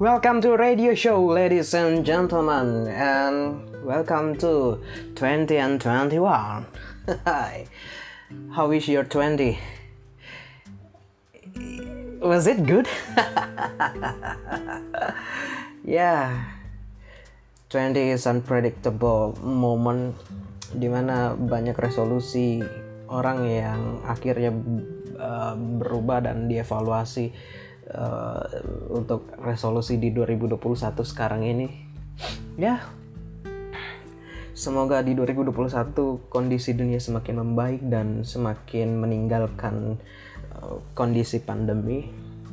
Welcome to radio show, ladies and gentlemen, and welcome to 20 and 21. Hi, how is your 20? Was it good? Yeah, 20 is unpredictable moment dimana banyak resolusi orang yang akhirnya berubah dan dievaluasi untuk resolusi di 2021 sekarang ini. Ya, semoga di 2021 kondisi dunia semakin membaik dan semakin meninggalkan kondisi pandemi.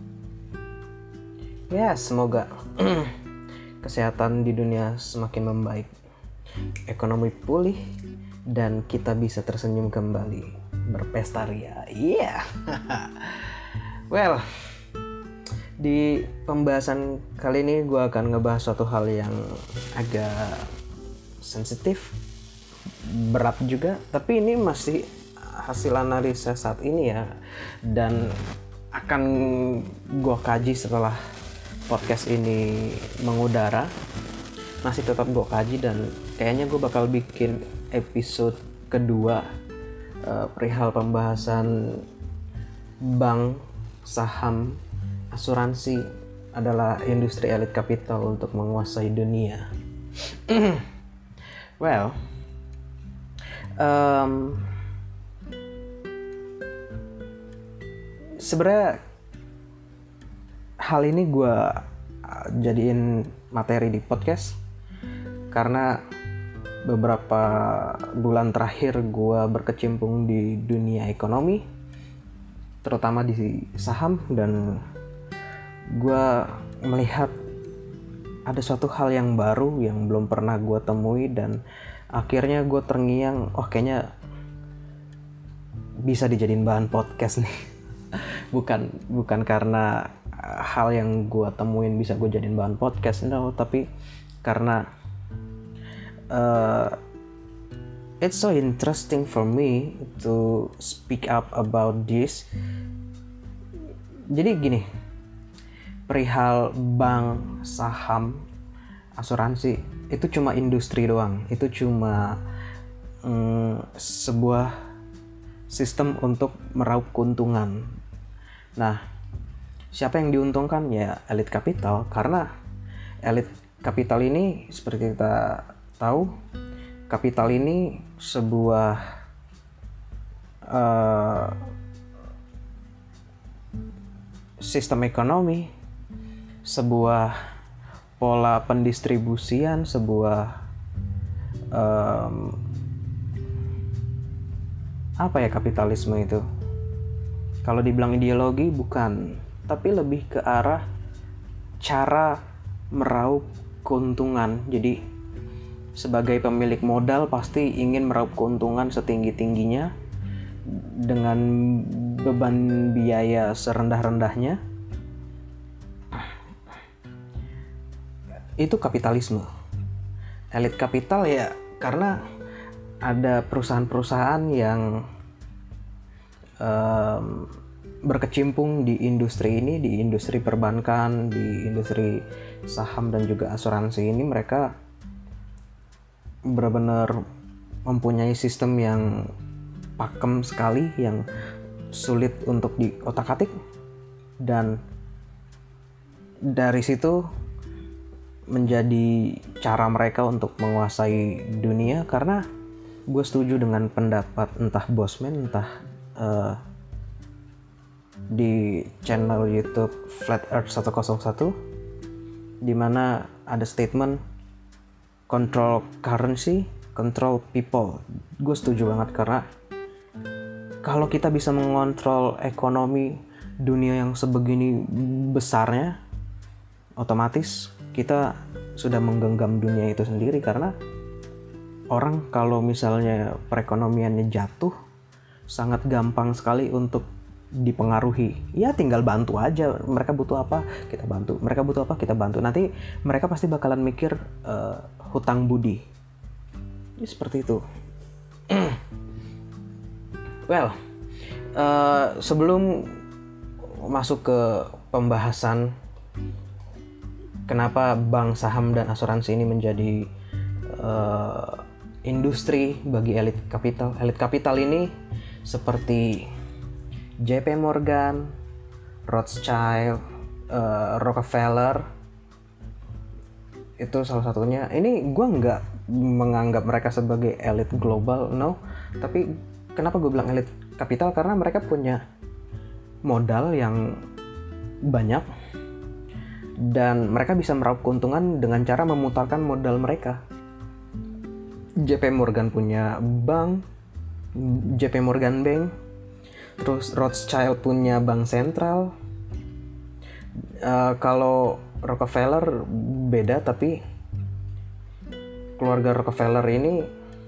Ya, semoga kesehatan di dunia semakin membaik, ekonomi pulih, dan kita bisa tersenyum kembali, berpesta ria. Iya. Well, di pembahasan kali ini gue akan ngebahas suatu hal yang agak sensitif, berat juga, tapi ini masih hasil analisa saat ini ya, dan akan gue kaji setelah podcast ini mengudara. Masih tetap gue kaji dan kayaknya gue bakal bikin episode kedua perihal pembahasan bank, saham, asuransi adalah industri elit kapital untuk menguasai dunia. Well, sebenarnya hal ini gue jadiin materi di podcast karena beberapa bulan terakhir gue berkecimpung di dunia ekonomi, terutama di saham, dan gue melihat ada suatu hal yang baru yang belum pernah gue temui, dan akhirnya gue terngiang, kayaknya bisa dijadiin bahan podcast nih. bukan karena hal yang gue temuin bisa gue jadiin bahan podcast, no, tapi karena it's so interesting for me to speak up about this. Jadi gini, perihal bank, saham, asuransi itu cuma industri doang. Itu cuma sebuah sistem untuk meraup keuntungan. Nah, siapa yang diuntungkan? Ya elit kapital, karena elit kapital ini seperti kita tahu, kapital ini sebuah sistem ekonomi, sebuah pola pendistribusian, sebuah kapitalisme itu. Kalau dibilang ideologi bukan, tapi lebih ke arah cara meraup keuntungan. Jadi sebagai pemilik modal pasti ingin meraup keuntungan setinggi-tingginya dengan beban biaya serendah-rendahnya. Itu kapitalisme. Elit kapital ya karena ada perusahaan-perusahaan yang berkecimpung di industri ini, di industri perbankan, di industri saham dan juga asuransi ini. Mereka benar-benar mempunyai sistem yang pakem sekali, yang sulit untuk diotak-atik, dan dari situ menjadi cara mereka untuk menguasai dunia. Karena gue setuju dengan pendapat entah Bosman, entah di channel YouTube Flat Earth 101, dimana ada statement control currency, control people. Gue setuju banget, karena kalau kita bisa mengontrol ekonomi dunia yang sebegini besarnya, otomatis kita sudah menggenggam dunia itu sendiri. Karena orang kalau misalnya perekonomiannya jatuh, sangat gampang sekali untuk dipengaruhi. Ya tinggal bantu aja. Mereka butuh apa, kita bantu. Mereka butuh apa, kita bantu. Nanti mereka pasti bakalan mikir hutang budi. Ya, seperti itu. Well, sebelum masuk ke pembahasan kenapa bank, saham, dan asuransi ini menjadi industri bagi elit kapital. Elit kapital ini seperti JP Morgan, Rothschild, Rockefeller, itu salah satunya. Ini gue nggak menganggap mereka sebagai elit global, no. Tapi kenapa gue bilang elit kapital? Karena mereka punya modal yang banyak dan mereka bisa meraup keuntungan dengan cara memutarkan modal mereka. JP Morgan punya bank, JP Morgan Bank, terus Rothschild punya bank sentral. Kalau Rockefeller beda, tapi keluarga Rockefeller ini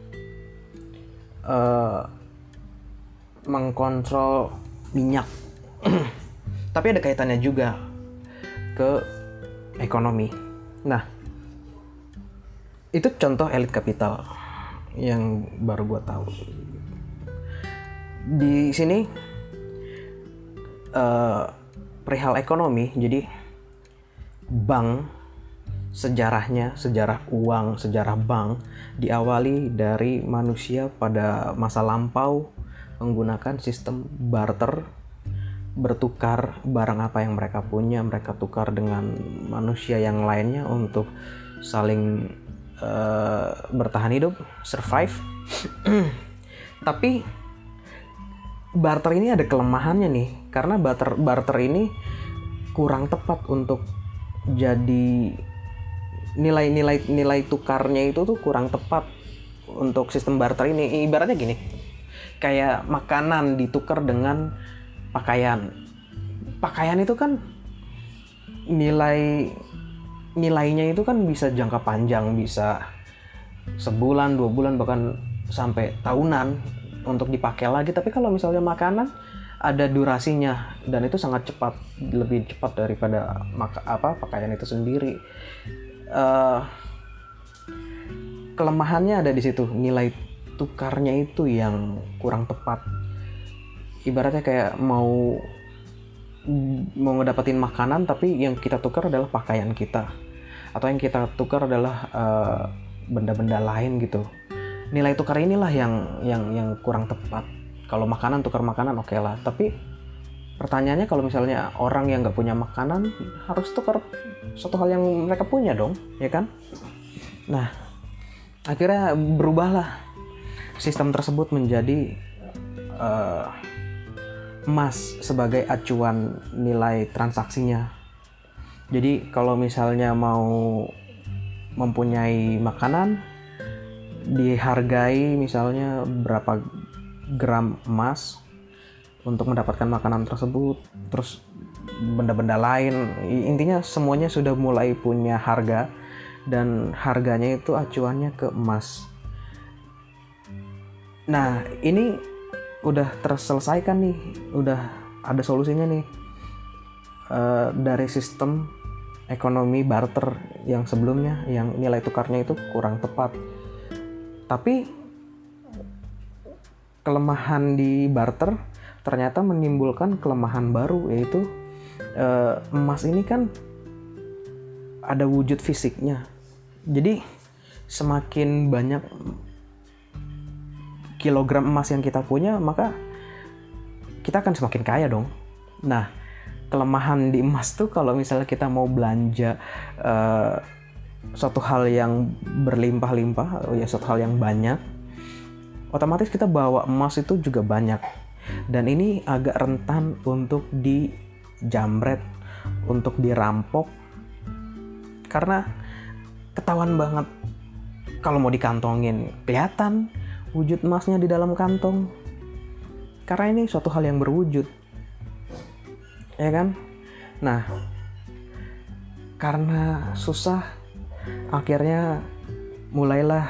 mengkontrol minyak. Tapi ada kaitannya juga ke ekonomi. Nah, itu contoh elit kapital yang baru gue tahu. Di sini perihal ekonomi, jadi bank, sejarahnya, sejarah uang, sejarah bank diawali dari manusia pada masa lampau menggunakan sistem barter, bertukar barang apa yang mereka punya, mereka tukar dengan manusia yang lainnya untuk saling bertahan hidup, survive. Tapi barter ini ada kelemahannya nih, karena barter ini kurang tepat untuk jadi nilai tukarnya itu tuh kurang tepat untuk sistem barter ini. Ibaratnya gini, kayak makanan ditukar dengan pakaian. Pakaian itu kan nilainya itu kan bisa jangka panjang, bisa sebulan, 2 bulan, bahkan sampai tahunan untuk dipakai lagi. Tapi kalau misalnya makanan ada durasinya dan itu sangat cepat, lebih cepat daripada pakaian itu sendiri. Kelemahannya ada di situ, nilai tukarnya itu yang kurang tepat. Ibaratnya kayak mau ngedapetin makanan tapi yang kita tukar adalah pakaian kita, atau yang kita tukar adalah benda-benda lain gitu. Nilai tukar inilah yang kurang tepat. Kalau makanan tukar makanan oke lah, tapi pertanyaannya kalau misalnya orang yang nggak punya makanan harus tukar suatu hal yang mereka punya dong, ya kan? Nah, akhirnya berubahlah sistem tersebut menjadi emas sebagai acuan nilai transaksinya. Jadi kalau misalnya mau mempunyai makanan, dihargai misalnya berapa gram emas untuk mendapatkan makanan tersebut, terus benda-benda lain. Intinya semuanya sudah mulai punya harga, dan harganya itu acuannya ke emas. Nah, ini udah terselesaikan nih, udah ada solusinya nih dari sistem ekonomi barter yang sebelumnya, yang nilai tukarnya itu kurang tepat. Tapi kelemahan di barter ternyata menimbulkan kelemahan baru, yaitu emas ini kan ada wujud fisiknya. Jadi semakin banyak kilogram emas yang kita punya, maka kita akan semakin kaya dong. Nah, kelemahan di emas tuh kalau misalnya kita mau belanja suatu hal yang berlimpah-limpah, ya suatu hal yang banyak, otomatis kita bawa emas itu juga banyak. Dan ini agak rentan untuk dijamret, untuk dirampok, karena ketahuan banget kalau mau dikantongin, kelihatan wujud emasnya di dalam kantong, karena ini suatu hal yang berwujud, ya kan? Nah, karena susah, akhirnya mulailah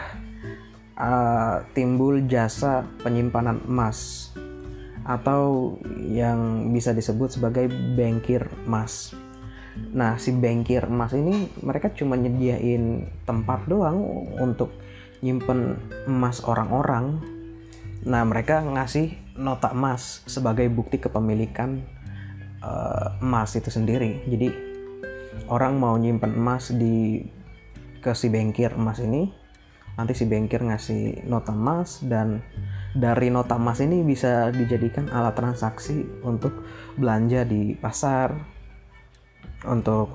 timbul jasa penyimpanan emas, atau yang bisa disebut sebagai bankir emas. Nah, si bankir emas ini mereka cuma nyediain tempat doang untuk nyimpen emas orang-orang. Nah, mereka ngasih nota emas sebagai bukti kepemilikan emas itu sendiri. Jadi orang mau nyimpen emas ke si bankir emas ini, nanti si bankir ngasih nota emas, dan dari nota emas ini bisa dijadikan alat transaksi untuk belanja di pasar, untuk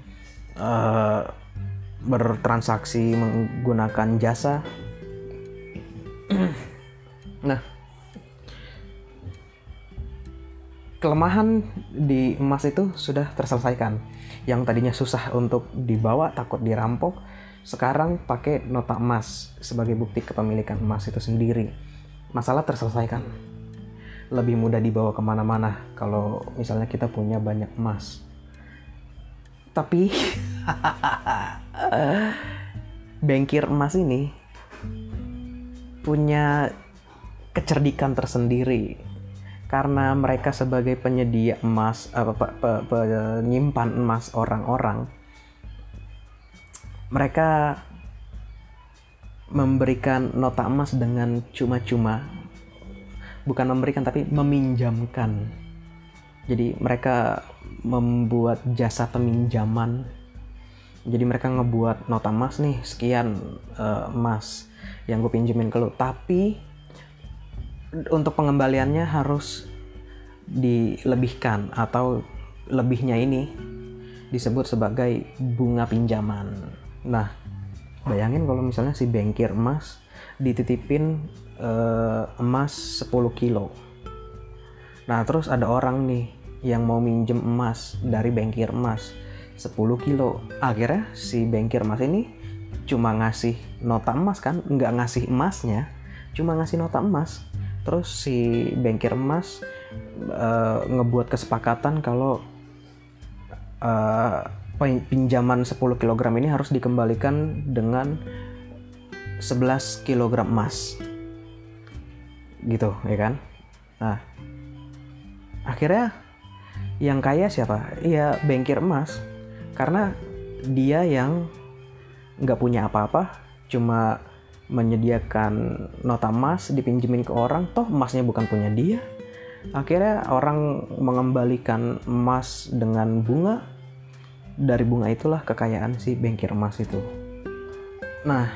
bertransaksi menggunakan jasa. Nah, kelemahan di emas itu sudah terselesaikan. Yang tadinya susah untuk dibawa, takut dirampok, sekarang pakai nota emas sebagai bukti kepemilikan emas itu sendiri. Masalah terselesaikan. Lebih mudah dibawa kemana-mana kalau misalnya kita punya banyak emas. Tapi bankir emas ini punya kecerdikan tersendiri, karena mereka sebagai penyedia emas, penyimpan emas orang-orang, mereka memberikan nota emas dengan cuma-cuma. Bukan memberikan, tapi meminjamkan. Jadi mereka membuat jasa peminjaman. Jadi mereka ngebuat nota emas nih, sekian emas yang gue pinjemin ke lo, tapi untuk pengembaliannya harus dilebihkan, atau lebihnya ini disebut sebagai bunga pinjaman. Nah, bayangin kalau misalnya si bankir emas dititipin emas 10 kilo. Nah, terus ada orang nih yang mau minjem emas dari bankir emas 10 kilo. Akhirnya si bankir emas ini cuma ngasih nota emas kan, nggak ngasih emasnya, cuma ngasih nota emas. Terus si bankir emas ngebuat kesepakatan kalau pinjaman 10 kg ini harus dikembalikan dengan 11 kg emas. Gitu, ya kan? Nah, akhirnya yang kaya siapa? Iya, bankir emas. Karena dia yang nggak punya apa-apa, cuma menyediakan nota emas dipinjemin ke orang, toh emasnya bukan punya dia. Akhirnya orang mengembalikan emas dengan bunga. Dari bunga itulah kekayaan si bankir emas itu. Nah,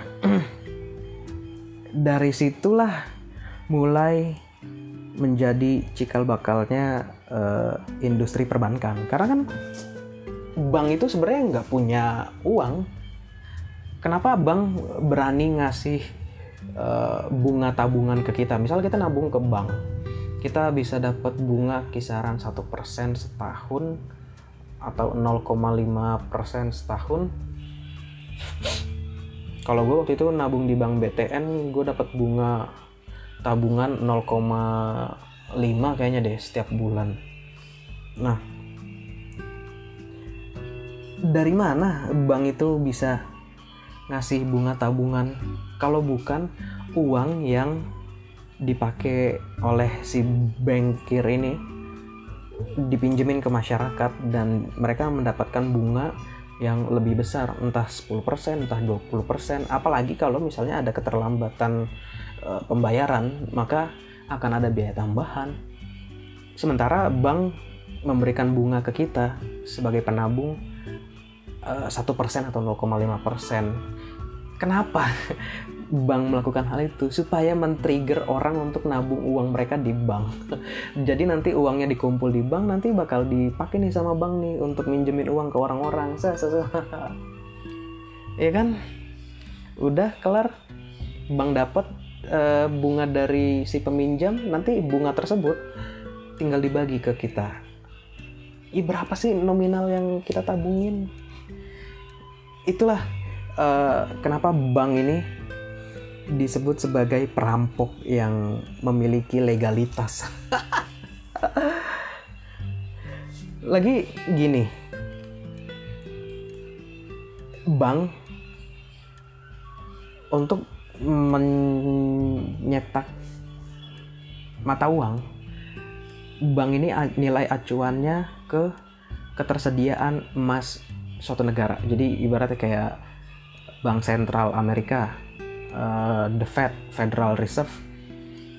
dari situlah mulai menjadi cikal bakalnya industri perbankan. Karena kan bank itu sebenarnya nggak punya uang. Kenapa bank berani ngasih bunga tabungan ke kita? Misal kita nabung ke bank, kita bisa dapat bunga kisaran 1% setahun atau 0,5% setahun. Kalau gue waktu itu nabung di bank BTN, gue dapat bunga tabungan 0,5 kayaknya deh setiap bulan. Nah, dari mana bank itu bisa ngasih bunga tabungan kalau bukan uang yang dipakai oleh si bankir ini dipinjemin ke masyarakat, dan mereka mendapatkan bunga yang lebih besar, entah 10%, entah 20%. Apalagi kalau misalnya ada keterlambatan pembayaran, maka akan ada biaya tambahan. Sementara bank memberikan bunga ke kita sebagai penabung 1% atau 0,5%. Kenapa bank melakukan hal itu? Supaya men-trigger orang untuk nabung uang mereka di bank. Jadi nanti uangnya dikumpul di bank, nanti bakal dipakai nih sama bank nih untuk minjemin uang ke orang-orang. Ya kan? Udah kelar, bank dapat bunga dari si peminjam, nanti bunga tersebut tinggal dibagi ke kita. Berapa sih nominal yang kita tabungin? Itulah kenapa bank ini disebut sebagai perampok yang memiliki legalitas. Lagi gini, bank untuk menyetak mata uang, bank ini nilai acuannya ke ketersediaan emas suatu negara. Jadi ibaratnya kayak Bank Sentral Amerika, the Fed, Federal Reserve,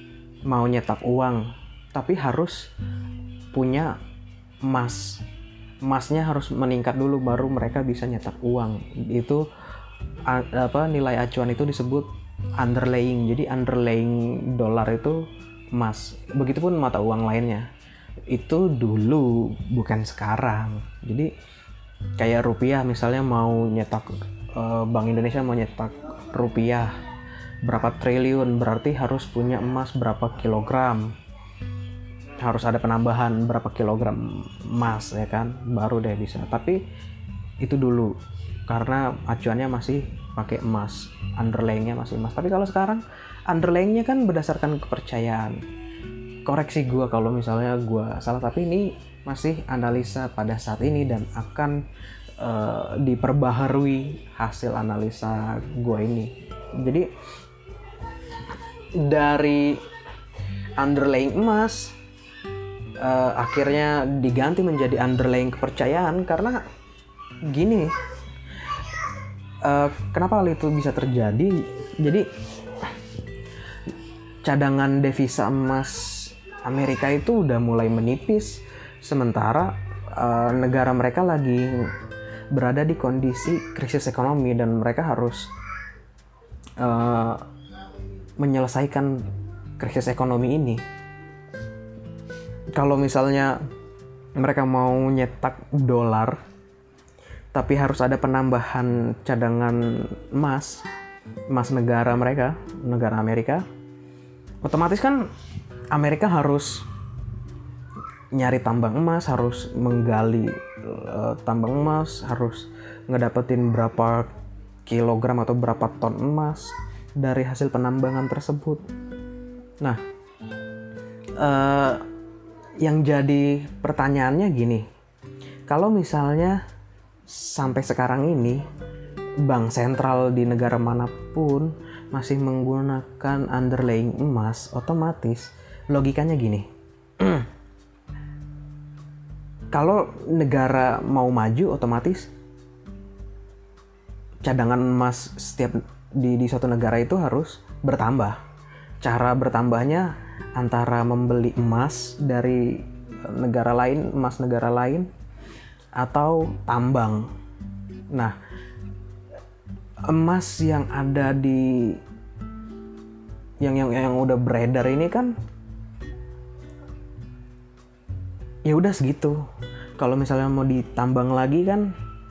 mau nyetak uang tapi harus punya emas emasnya harus meningkat dulu baru mereka bisa nyetak uang. Itu nilai acuan itu disebut underlying. Jadi underlying dolar itu emas. Begitupun mata uang lainnya. Itu dulu, bukan sekarang. Jadi kayak rupiah misalnya mau nyetak, Bank Indonesia mau nyetak rupiah berapa triliun, berarti harus punya emas berapa kilogram, harus ada penambahan berapa kilogram emas, ya kan, baru deh bisa. Tapi itu dulu karena acuannya masih pakai emas, underlyingnya masih emas. Tapi kalau sekarang underlyingnya kan berdasarkan kepercayaan. Koreksi gue kalau misalnya gue salah, tapi ini masih analisa pada saat ini dan akan diperbaharui hasil analisa gue ini. Jadi dari underlying emas akhirnya diganti menjadi underlying kepercayaan karena gini, kenapa hal itu bisa terjadi? Jadi cadangan devisa emas Amerika itu udah mulai menipis, sementara negara mereka lagi berada di kondisi krisis ekonomi dan mereka harus menyelesaikan krisis ekonomi ini. Kalau misalnya mereka mau nyetak dolar tapi harus ada penambahan cadangan emas negara mereka, negara Amerika, otomatis kan Amerika harus nyari tambang emas, harus menggali tambang emas, harus ngedapetin berapa kilogram atau berapa ton emas dari hasil penambangan tersebut. Nah, yang jadi pertanyaannya gini, kalau misalnya sampai sekarang ini bank sentral di negara manapun masih menggunakan underlying emas, otomatis logikanya gini, kalau negara mau maju, otomatis cadangan emas setiap di suatu negara itu harus bertambah. Cara bertambahnya antara membeli emas dari negara lain, emas negara lain, atau tambang. Nah, emas yang ada di yang udah beredar ini kan ya udah segitu. Kalau misalnya mau ditambang lagi kan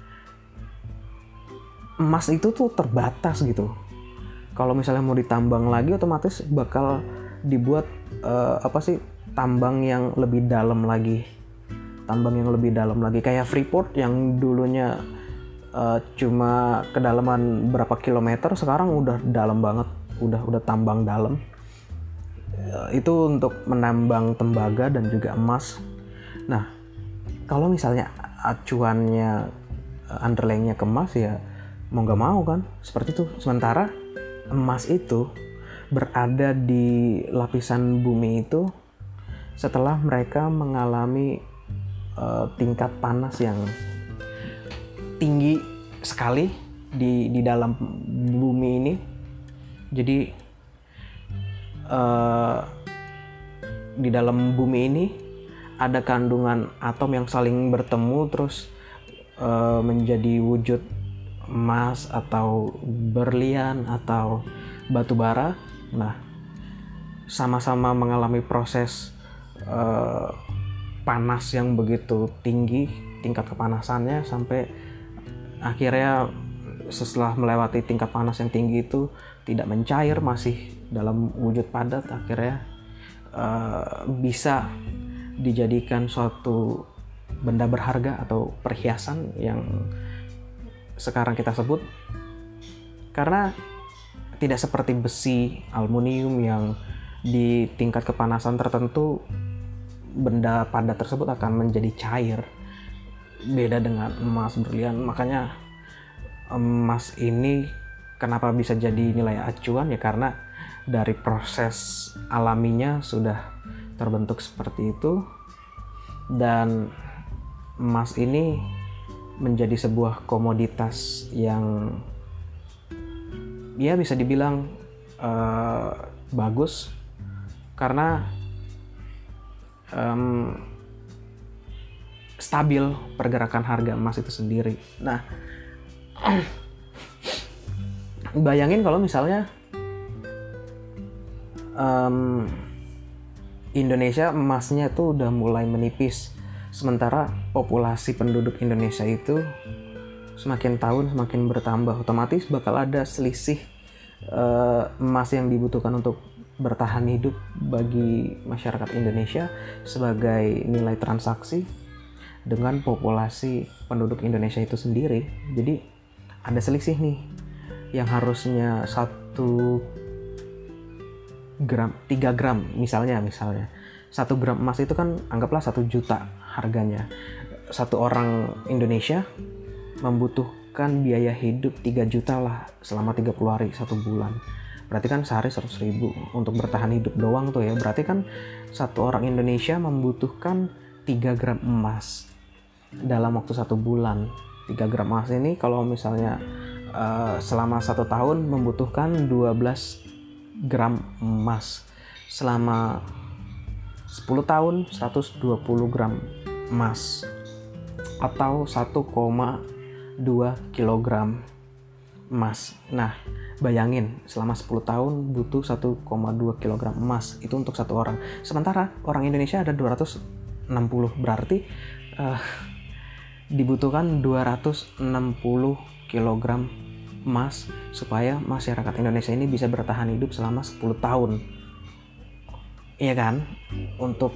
emas itu tuh terbatas gitu. Kalau misalnya mau ditambang lagi otomatis bakal dibuat tambang yang lebih dalam lagi. Tambang yang lebih dalam lagi kayak Freeport yang dulunya cuma kedalaman berapa kilometer, sekarang udah dalam banget, udah tambang dalam. Itu untuk menambang tembaga dan juga emas. Nah, kalau misalnya acuannya underlyingnya ke emas ya mau nggak mau kan seperti itu. Sementara emas itu berada di lapisan bumi itu setelah mereka mengalami tingkat panas yang tinggi sekali di dalam bumi ini. Jadi di dalam bumi ini ada kandungan atom yang saling bertemu terus menjadi wujud emas atau berlian atau batu bara. Nah, sama-sama mengalami proses panas yang begitu tinggi, tingkat kepanasannya, sampai akhirnya setelah melewati tingkat panas yang tinggi itu tidak mencair, masih dalam wujud padat, akhirnya bisa dijadikan suatu benda berharga atau perhiasan yang sekarang kita sebut. Karena tidak seperti besi, aluminium yang di tingkat kepanasan tertentu benda padat tersebut akan menjadi cair. Beda dengan emas, berlian. Makanya emas ini kenapa bisa jadi nilai acuan ya karena dari proses alaminya sudah terbentuk seperti itu. Dan emas ini menjadi sebuah komoditas yang ya bisa dibilang bagus karena stabil pergerakan harga emas itu sendiri. Nah, bayangin kalau misalnya Indonesia emasnya tuh udah mulai menipis, sementara populasi penduduk Indonesia itu semakin tahun semakin bertambah, otomatis bakal ada selisih emas yang dibutuhkan untuk bertahan hidup bagi masyarakat Indonesia sebagai nilai transaksi dengan populasi penduduk Indonesia itu sendiri. Jadi ada selisih nih, yang harusnya 3 gram misalnya 1 gram emas itu kan anggaplah 1 juta harganya. Satu orang Indonesia membutuhkan biaya hidup 3 juta lah selama 30 hari 1 bulan. Berarti kan sehari 100.000 untuk bertahan hidup doang tuh ya. Berarti kan satu orang Indonesia membutuhkan 3 gram emas dalam waktu 1 bulan. 3 gram emas ini kalau misalnya selama 1 tahun membutuhkan 12 gram emas. Selama 10 tahun 120 gram emas atau 1,2 kilogram emas. Nah, bayangin selama 10 tahun butuh 1,2 kilogram emas itu untuk satu orang. Sementara orang Indonesia ada 260, berarti dibutuhkan 260 kilogram emas supaya masyarakat Indonesia ini bisa bertahan hidup selama 10 tahun. Iya kan? Untuk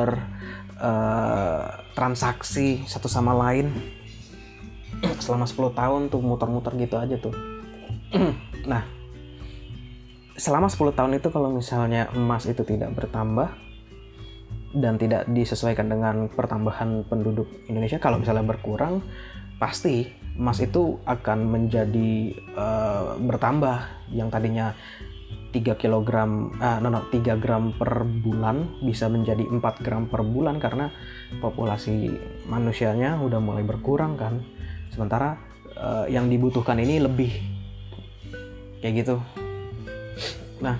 bertransaksi satu sama lain selama 10 tahun tuh muter-muter gitu aja tuh. Nah, selama 10 tahun itu kalau misalnya emas itu tidak bertambah dan tidak disesuaikan dengan pertambahan penduduk Indonesia, kalau misalnya berkurang, pasti emas itu akan menjadi bertambah. Yang tadinya 3 gram per bulan bisa menjadi 4 gram per bulan karena populasi manusianya udah mulai berkurang kan. Sementara yang dibutuhkan ini lebih kayak gitu. Nah,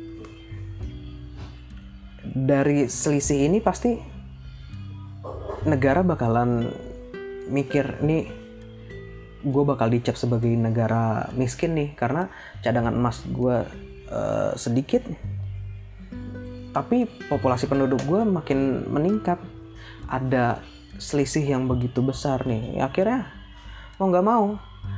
dari selisih ini pasti negara bakalan mikir, nih gue bakal dicap sebagai negara miskin nih karena cadangan emas gue sedikit, tapi populasi penduduk gue makin meningkat. Ada selisih yang begitu besar nih, akhirnya mau nggak mau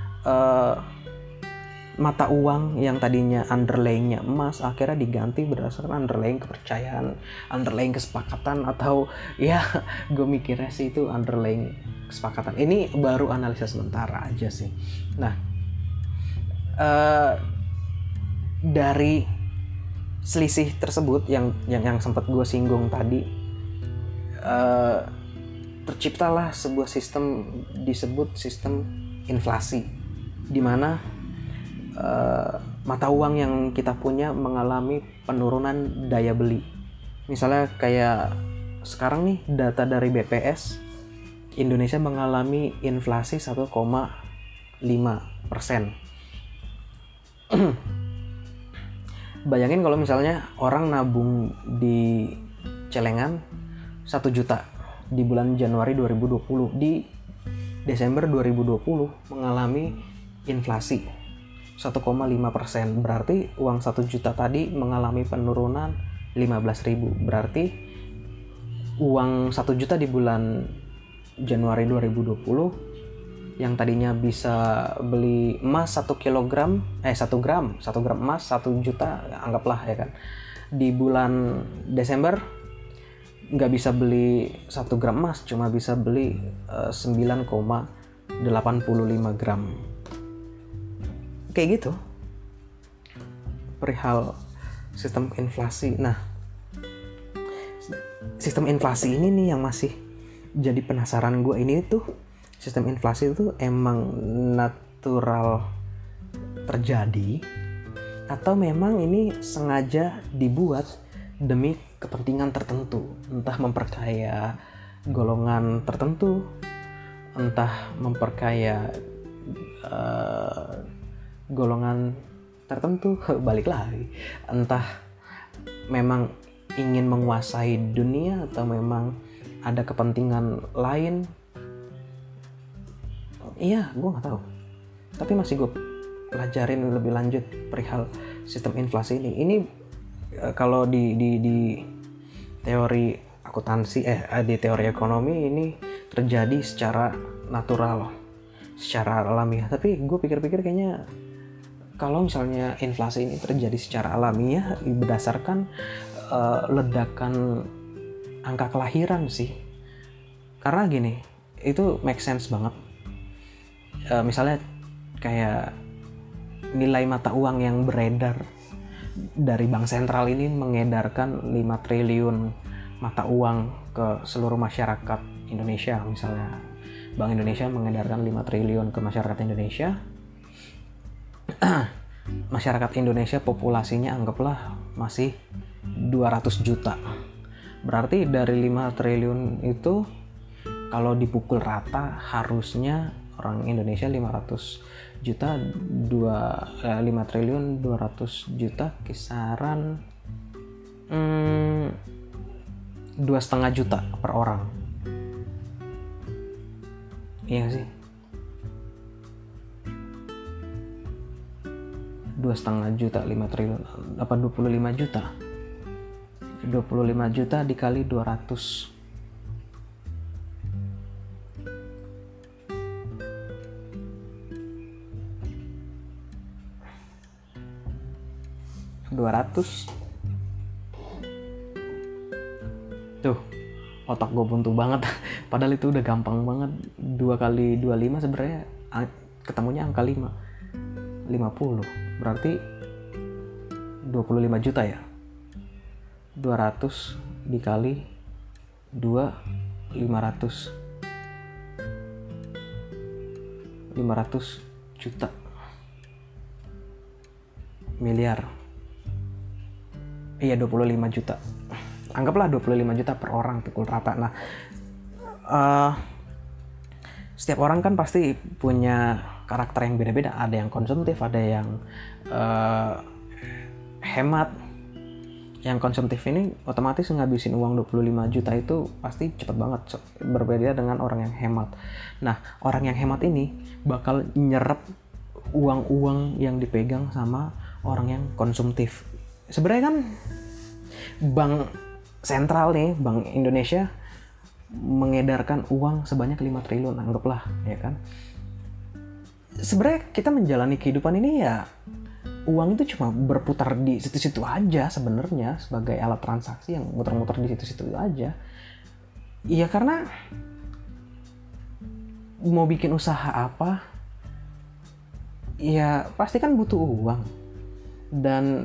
mata uang yang tadinya underlying-nya emas akhirnya diganti berdasarkan underlying kepercayaan, underlying kesepakatan, atau ya gue mikirnya sih itu underlying kesepakatan. Ini baru analisa sementara aja sih. Nah, dari selisih tersebut yang sempat gue singgung tadi, terciptalah sebuah sistem disebut sistem inflasi, di mana mata uang yang kita punya mengalami penurunan daya beli. Misalnya kayak sekarang nih, data dari BPS, Indonesia mengalami inflasi 1,5%. Bayangin kalau misalnya orang nabung di celengan 1 juta di bulan Januari 2020, di Desember 2020 mengalami inflasi 1,5%. Berarti uang 1 juta tadi mengalami penurunan 15.000. Berarti uang 1 juta di bulan Januari 2020 yang tadinya bisa beli emas 1 gram emas 1 juta, anggaplah ya kan, di bulan Desember nggak bisa beli 1 gram emas, cuma bisa beli 9,85 gram. Kayak gitu perihal sistem inflasi. Nah, sistem inflasi ini nih yang masih jadi penasaran gue. Ini tuh sistem inflasi itu emang natural terjadi atau memang ini sengaja dibuat demi kepentingan tertentu, entah memperkaya golongan tertentu, entah memperkaya golongan tertentu, balik lagi, entah memang ingin menguasai dunia atau memang ada kepentingan lain. Iya, gue nggak tahu. Tapi masih gue pelajarin lebih lanjut perihal sistem inflasi ini. Ini kalau di teori akuntansi, di teori ekonomi ini terjadi secara natural, secara alamiah. Tapi gue pikir-pikir kayaknya kalau misalnya inflasi ini terjadi secara alamiah berdasarkan ledakan angka kelahiran sih. Karena gini, itu make sense banget. Misalnya kayak nilai mata uang yang beredar dari bank sentral ini mengedarkan 5 triliun mata uang ke seluruh masyarakat Indonesia. Misalnya Bank Indonesia mengedarkan 5 triliun ke masyarakat Indonesia. Masyarakat Indonesia populasinya anggaplah masih 200 juta. Berarti dari 5 triliun itu kalau dipukul rata harusnya orang Indonesia 500 juta 5 triliun 200 juta kisaran 2,5 juta per orang. Iya gak sih? 2,5 juta 5 triliun apa 25 juta 25 juta dikali 200 tuh, otak gue buntu banget. Padahal itu udah gampang banget. 2 kali 25 sebenarnya ketemunya angka 5 50, berarti 25 juta ya. 200 dikali 2 500 juta miliar. Iya, 25 juta. Anggaplah 25 juta per orang pukul rata. Nah, setiap orang kan pasti punya karakter yang beda-beda. Ada yang konsumtif, ada yang hemat. Yang konsumtif ini otomatis ngabisin uang 25 juta itu pasti cepet banget. Berbeda dengan orang yang hemat. Nah, orang yang hemat ini bakal nyerap uang-uang yang dipegang sama orang yang konsumtif. Sebenarnya kan bank sentral nih, Bank Indonesia mengedarkan uang sebanyak 5 triliun, anggaplah, ya kan. Sebenarnya kita menjalani kehidupan ini ya uang itu cuma berputar di situ-situ aja sebenarnya, sebagai alat transaksi yang muter-muter di situ-situ aja. Ya karena mau bikin usaha apa, ya pasti kan butuh uang. Dan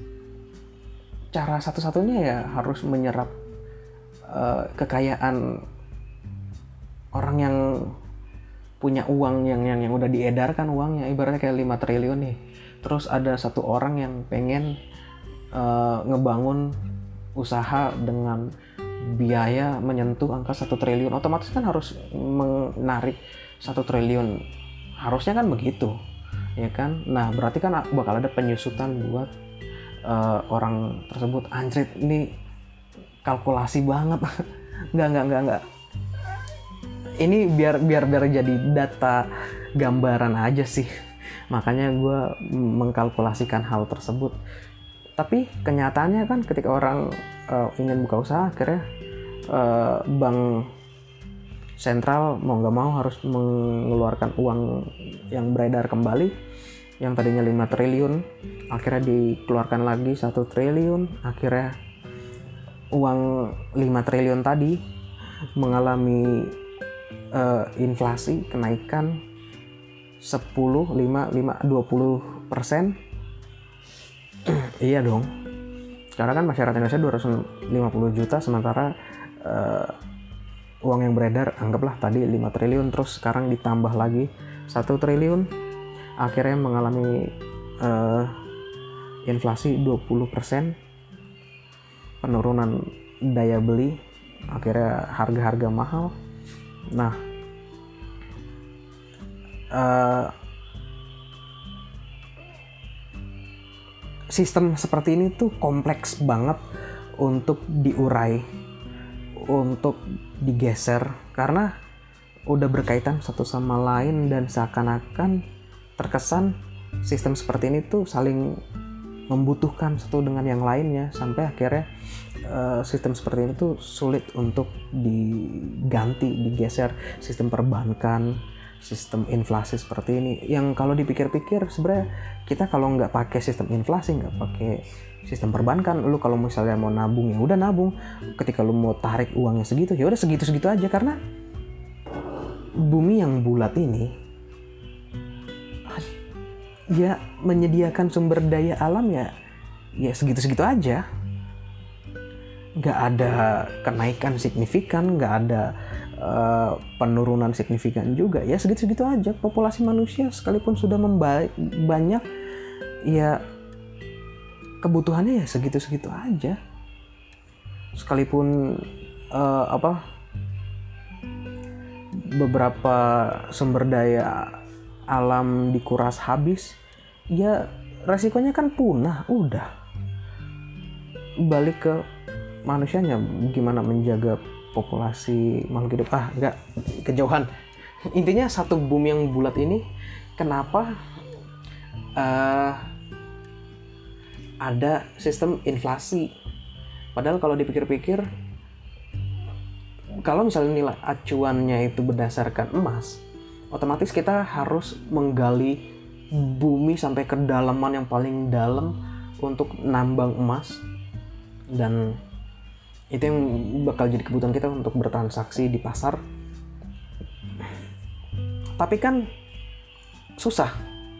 cara satu-satunya ya harus menyerap kekayaan orang yang punya uang yang udah diedarkan uangnya. Ibaratnya kayak 5 triliun nih. Terus ada satu orang yang pengen ngebangun usaha dengan biaya menyentuh angka 1 triliun. Otomatis kan harus menarik 1 triliun. Harusnya kan begitu, ya kan? Nah, berarti kan bakal ada penyusutan buat orang tersebut. Anjrit, ini kalkulasi banget. Enggak. Ini biar jadi data gambaran aja sih. Makanya gue mengkalkulasikan hal tersebut. Tapi kenyataannya kan ketika orang ingin buka usaha, akhirnya bank sentral mau nggak mau harus mengeluarkan uang yang beredar kembali. Yang tadinya 5 triliun akhirnya dikeluarkan lagi 1 triliun. Akhirnya uang 5 triliun tadi mengalami inflasi kenaikan 20%. Iya dong, karena kan masyarakat Indonesia 250 juta, sementara uang yang beredar anggaplah tadi 5 triliun, terus sekarang ditambah lagi 1 triliun, akhirnya mengalami inflasi 20%, penurunan daya beli, akhirnya harga-harga mahal. Nah, sistem seperti ini tuh kompleks banget untuk diurai, untuk digeser karena udah berkaitan satu sama lain dan seakan-akan terkesan sistem seperti ini tuh saling membutuhkan satu dengan yang lainnya sampai akhirnya sistem seperti ini tuh sulit untuk diganti, digeser. Sistem perbankan, sistem inflasi seperti ini yang kalau dipikir-pikir sebenarnya kita kalau nggak pakai sistem inflasi, nggak pakai sistem perbankan, lu kalau misalnya mau nabung ya udah nabung, ketika lu mau tarik uangnya segitu ya udah segitu-segitu aja, karena bumi yang bulat ini ya menyediakan sumber daya alam ya segitu-segitu aja, nggak ada kenaikan signifikan, nggak ada penurunan signifikan juga, ya segitu-segitu aja. Populasi manusia sekalipun sudah banyak ya kebutuhannya ya segitu-segitu aja, sekalipun beberapa sumber daya alam dikuras habis, ya resikonya kan punah. Udah balik ke manusianya, gimana menjaga populasi makhluk hidup. Enggak, kejauhan. Intinya satu bumi yang bulat ini kenapa ada sistem inflasi, padahal kalau dipikir-pikir, kalau misalnya nilai acuannya itu berdasarkan emas, otomatis kita harus menggali bumi sampai kedalaman yang paling dalam untuk nambang emas, dan itu yang bakal jadi kebutuhan kita untuk bertransaksi di pasar. Tapi kan susah,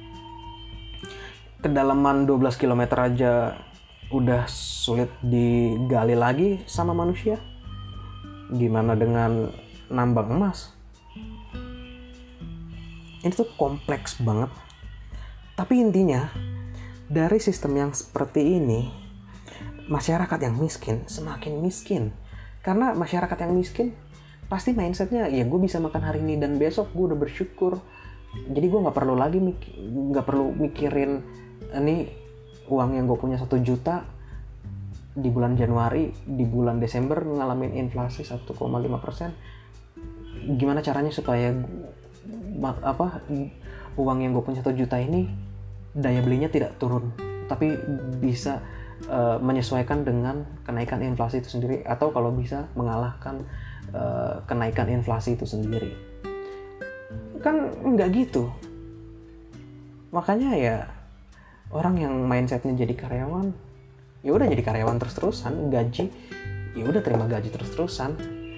kedalaman 12 km aja udah sulit digali lagi sama manusia, gimana dengan nambang emas? Ini tuh kompleks banget. Tapi intinya dari sistem yang seperti ini, masyarakat yang miskin semakin miskin. Karena masyarakat yang miskin pasti mindsetnya ya gue bisa makan hari ini dan besok gue udah bersyukur. Jadi gue nggak perlu mikirin ini uang yang gue punya 1 juta di bulan Januari, di bulan Desember ngalamin inflasi 1,5%. Gimana caranya supaya uang yang gue punya 1 juta ini daya belinya tidak turun, tapi bisa menyesuaikan dengan kenaikan inflasi itu sendiri, atau kalau bisa mengalahkan kenaikan inflasi itu sendiri. Kan nggak gitu. Makanya ya orang yang mindsetnya jadi karyawan, ya udah jadi karyawan terus-terusan, gaji ya udah terima gaji terus-terusan.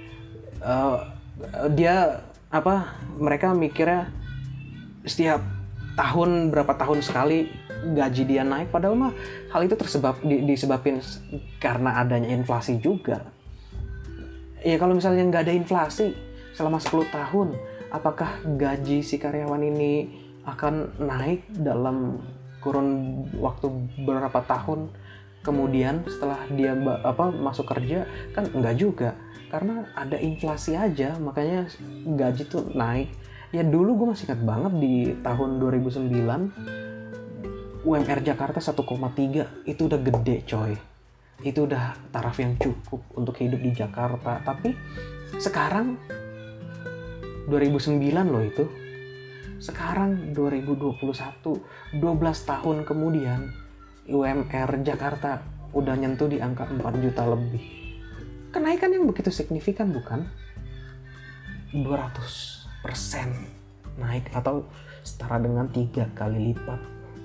Mereka mikirnya setiap tahun berapa tahun sekali gaji dia naik, padahal mah hal itu disebabin karena adanya inflasi juga. Ya kalau misalnya nggak ada inflasi selama 10 tahun, apakah gaji si karyawan ini akan naik dalam kurun waktu berapa tahun kemudian setelah dia masuk kerja? Kan enggak juga, karena ada inflasi aja makanya gaji tuh naik. Ya dulu gue masih ingat banget di tahun 2009 UMR Jakarta 1,3 itu udah gede coy, itu udah taraf yang cukup untuk hidup di Jakarta. Tapi sekarang 2009 loh itu, sekarang 2021, 12 tahun kemudian UMR Jakarta udah nyentuh di angka 4 juta lebih. Kenaikan yang begitu signifikan bukan? 200% naik atau setara dengan 3 kali lipat.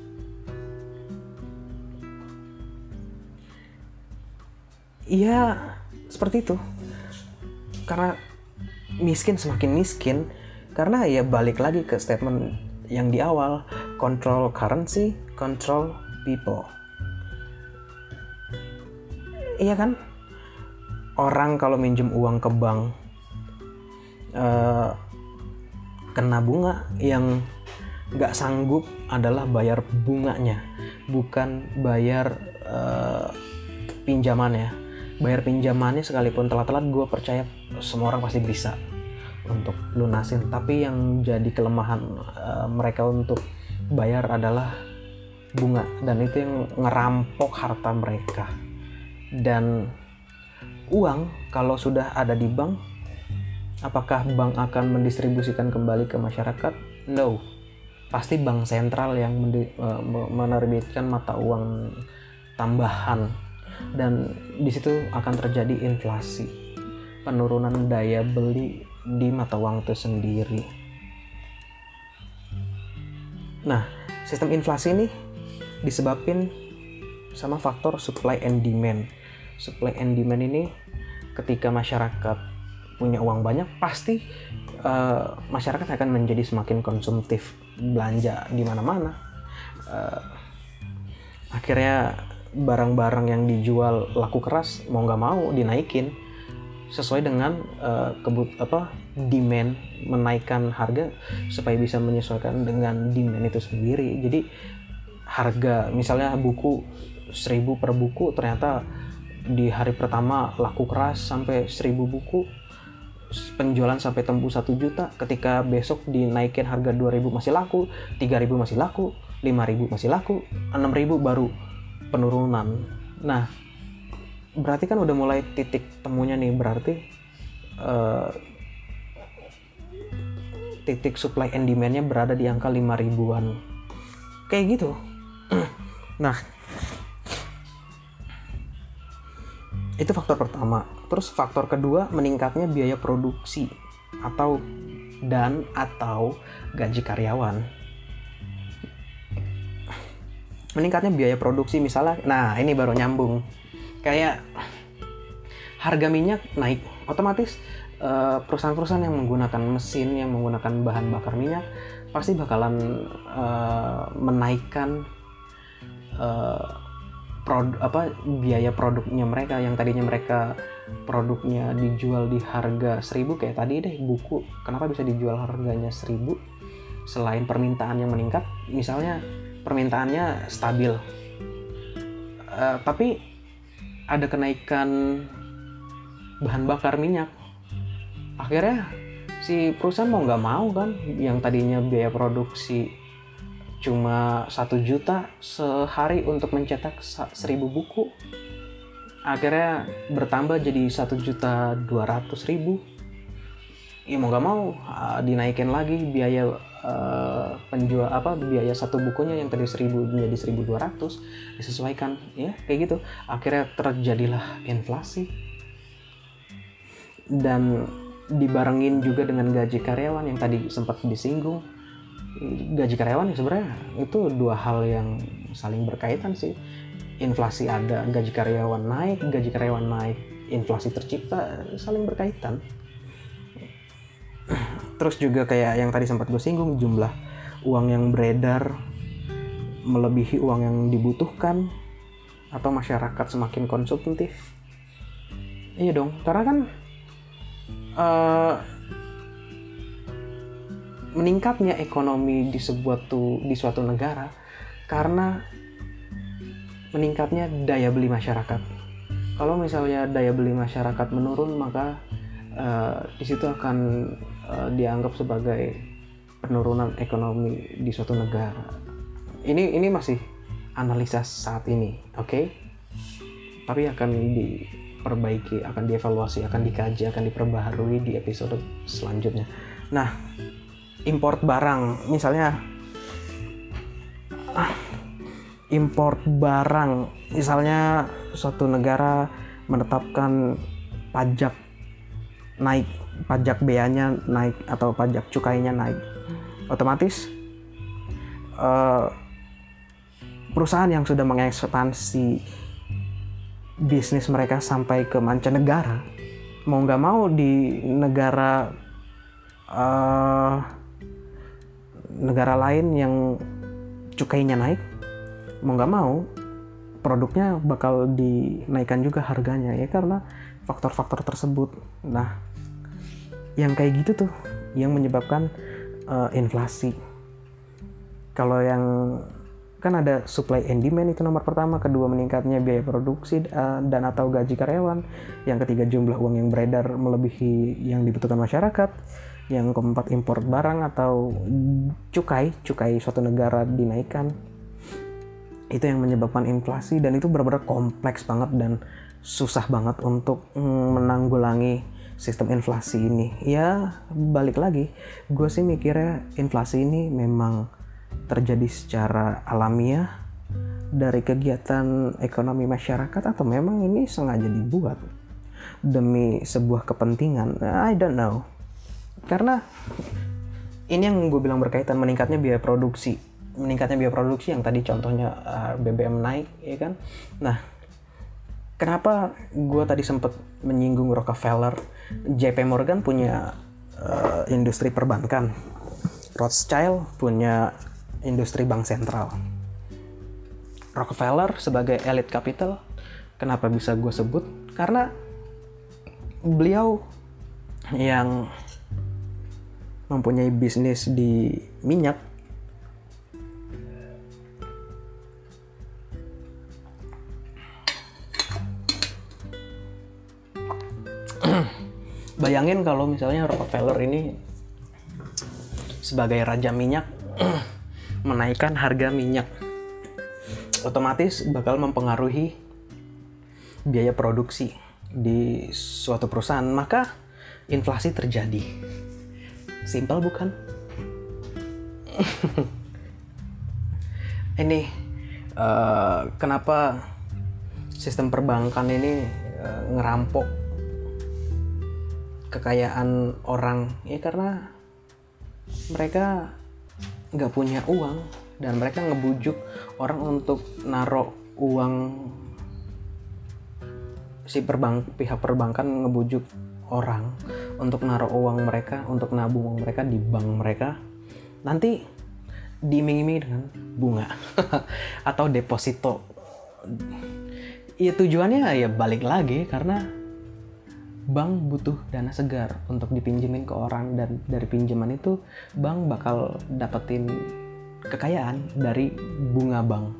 Iya, seperti itu. Karena miskin semakin miskin, karena ya balik lagi ke statement yang di awal, control currency, control people. Iya kan? Orang kalau minjem uang ke bank kena bunga, yang nggak sanggup adalah bayar bunganya, bukan bayar pinjamannya. Bayar pinjamannya sekalipun telat-telat, gue percaya semua orang pasti bisa untuk lunasin. Tapi yang jadi kelemahan mereka untuk bayar adalah bunga, dan itu yang ngerampok harta mereka. Dan uang kalau sudah ada di bank, apakah bank akan mendistribusikan kembali ke masyarakat? No. Pasti bank sentral yang menerbitkan mata uang tambahan, dan di situ akan terjadi inflasi, penurunan daya beli di mata uang itu sendiri. Nah, sistem inflasi ini disebabkan sama faktor supply and demand. Supply and demand ini ketika masyarakat punya uang banyak, pasti masyarakat akan menjadi semakin konsumtif, belanja di mana-mana. Akhirnya barang-barang yang dijual laku keras mau nggak mau dinaikin sesuai dengan demand, menaikkan harga supaya bisa menyesuaikan dengan demand itu sendiri. Jadi harga misalnya buku 1.000 per buku, ternyata di hari pertama laku keras sampai 1.000 buku, penjualan sampai tembus 1 juta. Ketika besok dinaikin harga 2.000 masih laku, 3.000 masih laku, 5.000 masih laku, 6.000 baru penurunan. Nah, berarti kan udah mulai titik temunya nih, berarti titik supply and demand-nya berada di angka 5.000-an. Kayak gitu. Nah, itu faktor pertama. Terus faktor kedua, meningkatnya biaya produksi atau gaji karyawan. Meningkatnya biaya produksi misalnya, nah ini baru nyambung. Kayak harga minyak naik, otomatis perusahaan-perusahaan yang menggunakan mesin, yang menggunakan bahan bakar minyak pasti bakalan menaikkan biaya produknya mereka. Yang tadinya mereka produknya dijual di harga 1.000, kayak tadi deh buku, kenapa bisa dijual harganya 1.000? Selain permintaan yang meningkat, misalnya permintaannya stabil, tapi ada kenaikan bahan bakar minyak, akhirnya si perusahaan mau nggak mau kan, yang tadinya biaya produksi cuma 1 juta sehari untuk mencetak 1.000 buku, akhirnya bertambah jadi 1.200.000. Ya mau nggak mau dinaikin lagi biaya biaya satu bukunya yang tadi 1.000 menjadi 1.200, disesuaikan ya kayak gitu. Akhirnya terjadilah inflasi, dan dibarengin juga dengan gaji karyawan yang tadi sempat disinggung. Gaji karyawan ya sebenarnya itu dua hal yang saling berkaitan sih. Inflasi ada, gaji karyawan naik, inflasi tercipta, saling berkaitan. Terus juga kayak yang tadi sempat gue singgung, jumlah uang yang beredar melebihi uang yang dibutuhkan, atau masyarakat semakin konsumtif. Iya dong, karena kan meningkatnya ekonomi di suatu negara karena meningkatnya daya beli masyarakat. Kalau misalnya daya beli masyarakat menurun, maka di situ akan dianggap sebagai penurunan ekonomi di suatu negara. Ini masih analisa saat ini, oke? Tapi akan diperbaiki, akan dievaluasi, akan dikaji, akan diperbaharui di episode selanjutnya. Nah, import barang, misalnya suatu negara menetapkan pajak naik, pajak beanya naik atau pajak cukainya naik, otomatis perusahaan yang sudah mengekspansi bisnis mereka sampai ke mancanegara, mau nggak mau di negara lain yang cukainya naik, mau nggak mau produknya bakal dinaikkan juga harganya ya, karena faktor-faktor tersebut. Nah, yang kayak gitu tuh yang menyebabkan inflasi. Kalau yang kan ada supply and demand, itu nomor pertama. Kedua, meningkatnya biaya produksi dan atau gaji karyawan. Yang ketiga, jumlah uang yang beredar melebihi yang dibutuhkan masyarakat. Yang keempat, impor barang atau cukai suatu negara dinaikkan. Itu yang menyebabkan inflasi, dan itu benar-benar kompleks banget dan susah banget untuk menanggulangi sistem inflasi ini. Ya balik lagi, gue sih mikirnya inflasi ini memang terjadi secara alamiah dari kegiatan ekonomi masyarakat, atau memang ini sengaja dibuat demi sebuah kepentingan. I don't know. Karena ini yang gue bilang berkaitan meningkatnya biaya produksi yang tadi contohnya BBM naik, ya kan. Nah, kenapa gue tadi sempat menyinggung Rockefeller? JP Morgan punya industri perbankan, Rothschild punya industri bank sentral. Rockefeller sebagai elite capital, kenapa bisa gue sebut? Karena beliau yang mempunyai bisnis di minyak, bayangin kalau misalnya Rockefeller ini sebagai raja minyak menaikkan harga minyak, otomatis bakal mempengaruhi biaya produksi di suatu perusahaan, maka inflasi terjadi. Simpel bukan? Ini kenapa sistem perbankan ini ngerampok kekayaan orang? Ya karena mereka nggak punya uang dan mereka ngebujuk orang untuk naruh uang. Pihak perbankan ngebujuk orang untuk naruh uang mereka, untuk nabung uang mereka di bank mereka, nanti diiming-imingi dengan bunga atau deposito. Ya tujuannya ya balik lagi karena bank butuh dana segar untuk dipinjemin ke orang, dan dari pinjaman itu bank bakal dapetin kekayaan dari bunga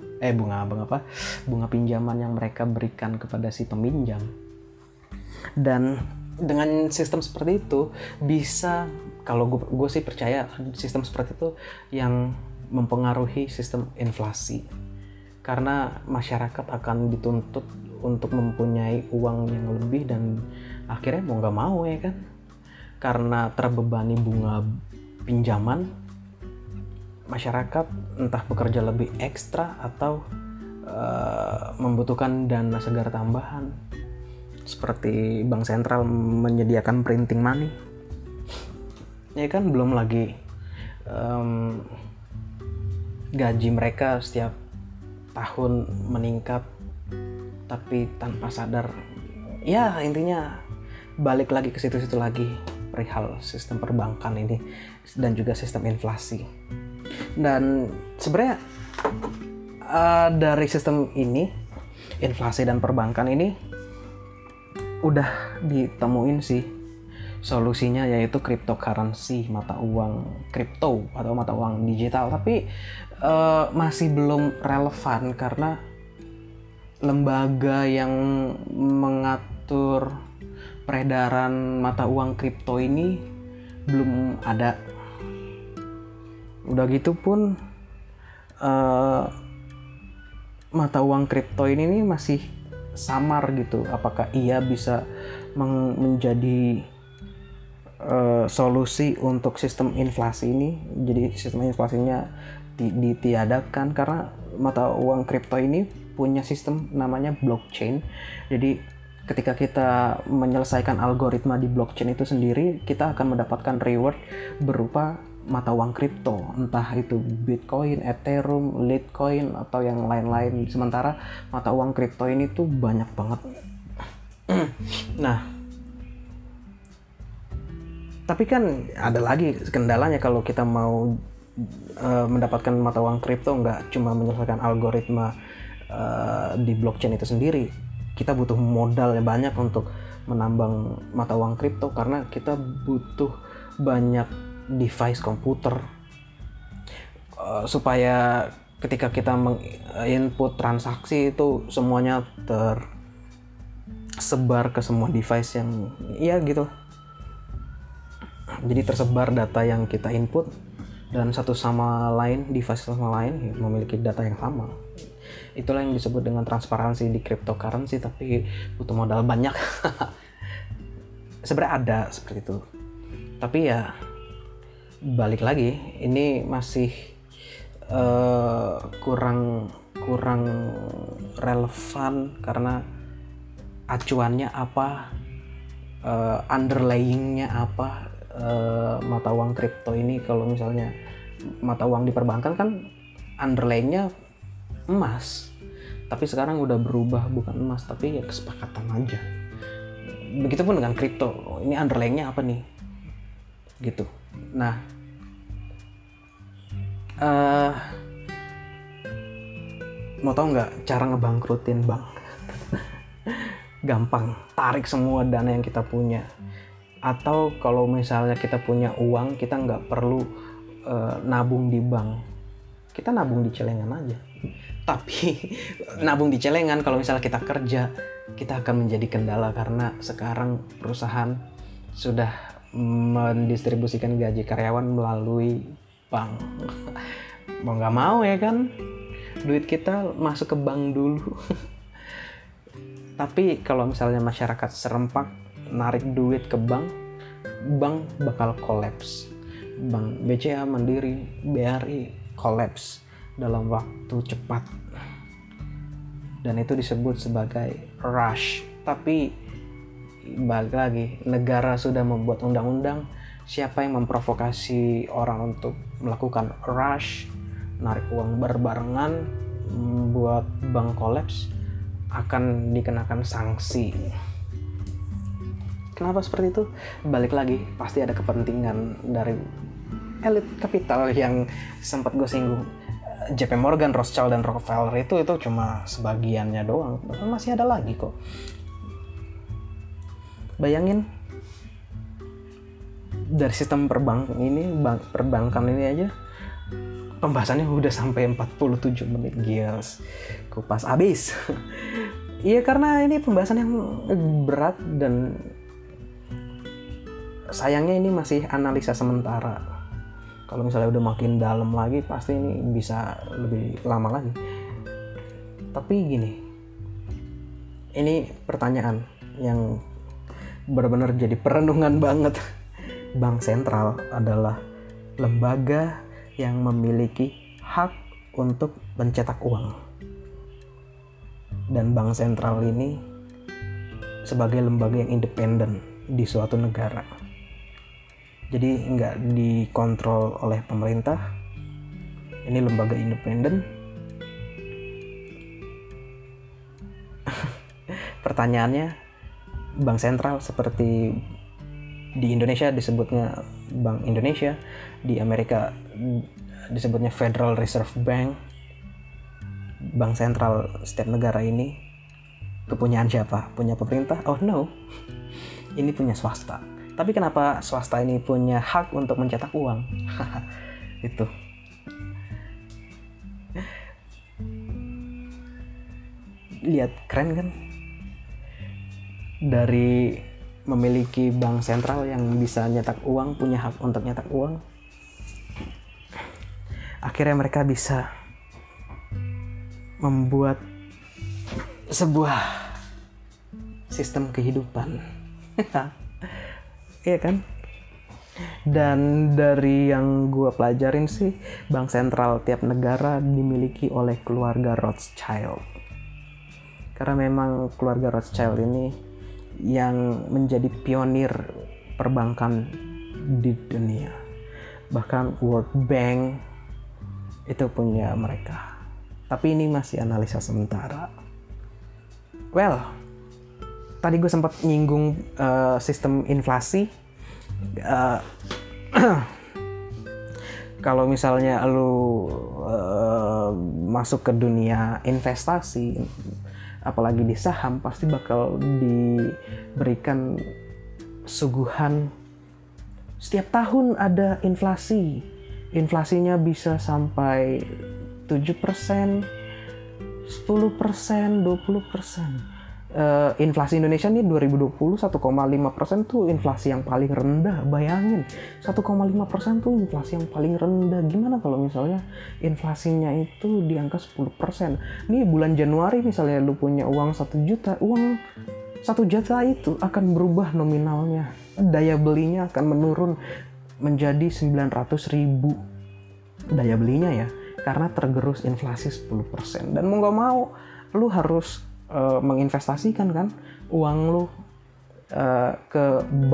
pinjaman yang mereka berikan kepada si peminjam. Dan dengan sistem seperti itu bisa, kalau gue sih percaya sistem seperti itu yang mempengaruhi sistem inflasi, karena masyarakat akan dituntut untuk mempunyai uang yang lebih, dan akhirnya mau nggak mau ya kan, karena terbebani bunga pinjaman, masyarakat entah bekerja lebih ekstra atau membutuhkan dana segar tambahan, seperti bank sentral menyediakan printing money, ya kan. Belum lagi gaji mereka setiap tahun meningkat tapi tanpa sadar. Ya intinya balik lagi ke situ-situ lagi perihal sistem perbankan ini dan juga sistem inflasi. Dan sebenarnya dari sistem ini, inflasi dan perbankan ini udah ditemuin sih solusinya, yaitu cryptocurrency, mata uang kripto atau mata uang digital. Tapi masih belum relevan karena lembaga yang mengatur peredaran mata uang kripto ini belum ada. Udah gitu pun mata uang kripto ini masih samar gitu. Apakah ia bisa menjadi solusi untuk sistem inflasi ini? Jadi sistem inflasinya ditiadakan karena mata uang kripto ini punya sistem namanya blockchain. Jadi ketika kita menyelesaikan algoritma di blockchain itu sendiri, kita akan mendapatkan reward berupa mata uang kripto, entah itu Bitcoin, Ethereum, Litecoin, atau yang lain-lain. Sementara mata uang kripto ini tuh banyak banget. Nah, tapi kan ada lagi kendalanya kalau kita mau mendapatkan mata uang kripto, nggak cuma menyelesaikan algoritma di blockchain itu sendiri. Kita butuh modal yang banyak untuk menambang mata uang kripto, karena kita butuh banyak device komputer supaya ketika kita menginput transaksi itu semuanya tersebar ke semua device yang ya gitu. Jadi tersebar data yang kita input dan satu sama lain, device sama lain memiliki data yang sama. Itulah yang disebut dengan transparansi di cryptocurrency, tapi butuh modal banyak. Sebenarnya ada seperti itu, tapi ya balik lagi, ini masih kurang relevan karena acuannya apa, underlyingnya apa. Mata uang kripto ini, kalau misalnya mata uang di perbankan kan underlyingnya emas, tapi sekarang udah berubah, bukan emas tapi ya kesepakatan aja. Begitupun dengan kripto, ini underlyingnya apa nih gitu. Nah, mau tau nggak cara ngebangkrutin bank? Gampang, tarik semua dana yang kita punya. Atau kalau misalnya kita punya uang, kita nggak perlu nabung di bank, kita nabung di celengan aja. Tapi nabung di celengan, kalau misalnya kita kerja, kita akan menjadi kendala karena sekarang perusahaan sudah mendistribusikan gaji karyawan melalui bank. Mau nggak mau ya kan, duit kita masuk ke bank dulu. Tapi kalau misalnya masyarakat serempak narik duit ke bank bakal kolaps. Bank BCA, Mandiri, BRI kolaps dalam waktu cepat. Dan itu disebut sebagai rush. Tapi balik lagi, negara sudah membuat undang-undang, siapa yang memprovokasi orang untuk melakukan rush, narik uang berbarengan, membuat bank kolaps, akan dikenakan sanksi. Kenapa seperti itu? Balik lagi, pasti ada kepentingan dari elit kapital yang sempat gue singgung. JP Morgan, Rothschild, dan Rockefeller itu cuma sebagiannya doang. Bahkan masih ada lagi kok. Bayangin, dari sistem perbankan ini aja, pembahasannya udah sampai 47 menit. Gils, kupas abis. Iya, karena ini pembahasan yang berat dan sayangnya ini masih analisa sementara. Kalau misalnya udah makin dalam lagi, pasti ini bisa lebih lama lagi. Tapi gini, ini pertanyaan yang benar-benar jadi perenungan banget. Bank sentral adalah lembaga yang memiliki hak untuk mencetak uang. Dan bank sentral ini sebagai lembaga yang independen di suatu negara. Jadi nggak dikontrol oleh pemerintah. Ini lembaga independen. Pertanyaannya, bank sentral seperti di Indonesia disebutnya Bank Indonesia, di Amerika disebutnya Federal Reserve Bank. Bank sentral setiap negara ini kepunyaan siapa? Punya pemerintah? Oh no, ini punya swasta. Tapi kenapa swasta ini punya hak untuk mencetak uang? Itu. Lihat, keren kan? Dari memiliki bank sentral yang bisa nyetak uang, punya hak untuk nyetak uang, akhirnya mereka bisa membuat sebuah sistem kehidupan. Iya kan? Dan dari yang gue pelajarin sih, bank sentral tiap negara dimiliki oleh keluarga Rothschild. Karena memang keluarga Rothschild ini yang menjadi pionir perbankan di dunia. Bahkan World Bank itu punya mereka. Tapi ini masih analisa sementara. Well, tadi gue sempat nyinggung sistem inflasi. Kalau misalnya lu masuk ke dunia investasi, apalagi di saham, pasti bakal diberikan suguhan setiap tahun ada inflasi. Inflasinya bisa sampai 7%, 10%, 20%. inflasi Indonesia nih 2020 1,5% tuh inflasi yang paling rendah. Bayangin 1,5% tuh inflasi yang paling rendah. Gimana kalau misalnya inflasinya itu di angka 10%? Nih bulan Januari misalnya lu punya uang 1 juta, uang 1 juta itu akan berubah nominalnya. Daya belinya akan menurun menjadi 900.000 daya belinya ya, karena tergerus inflasi 10%. Dan mau gak mau lu harus menginvestasikan kan uang lu ke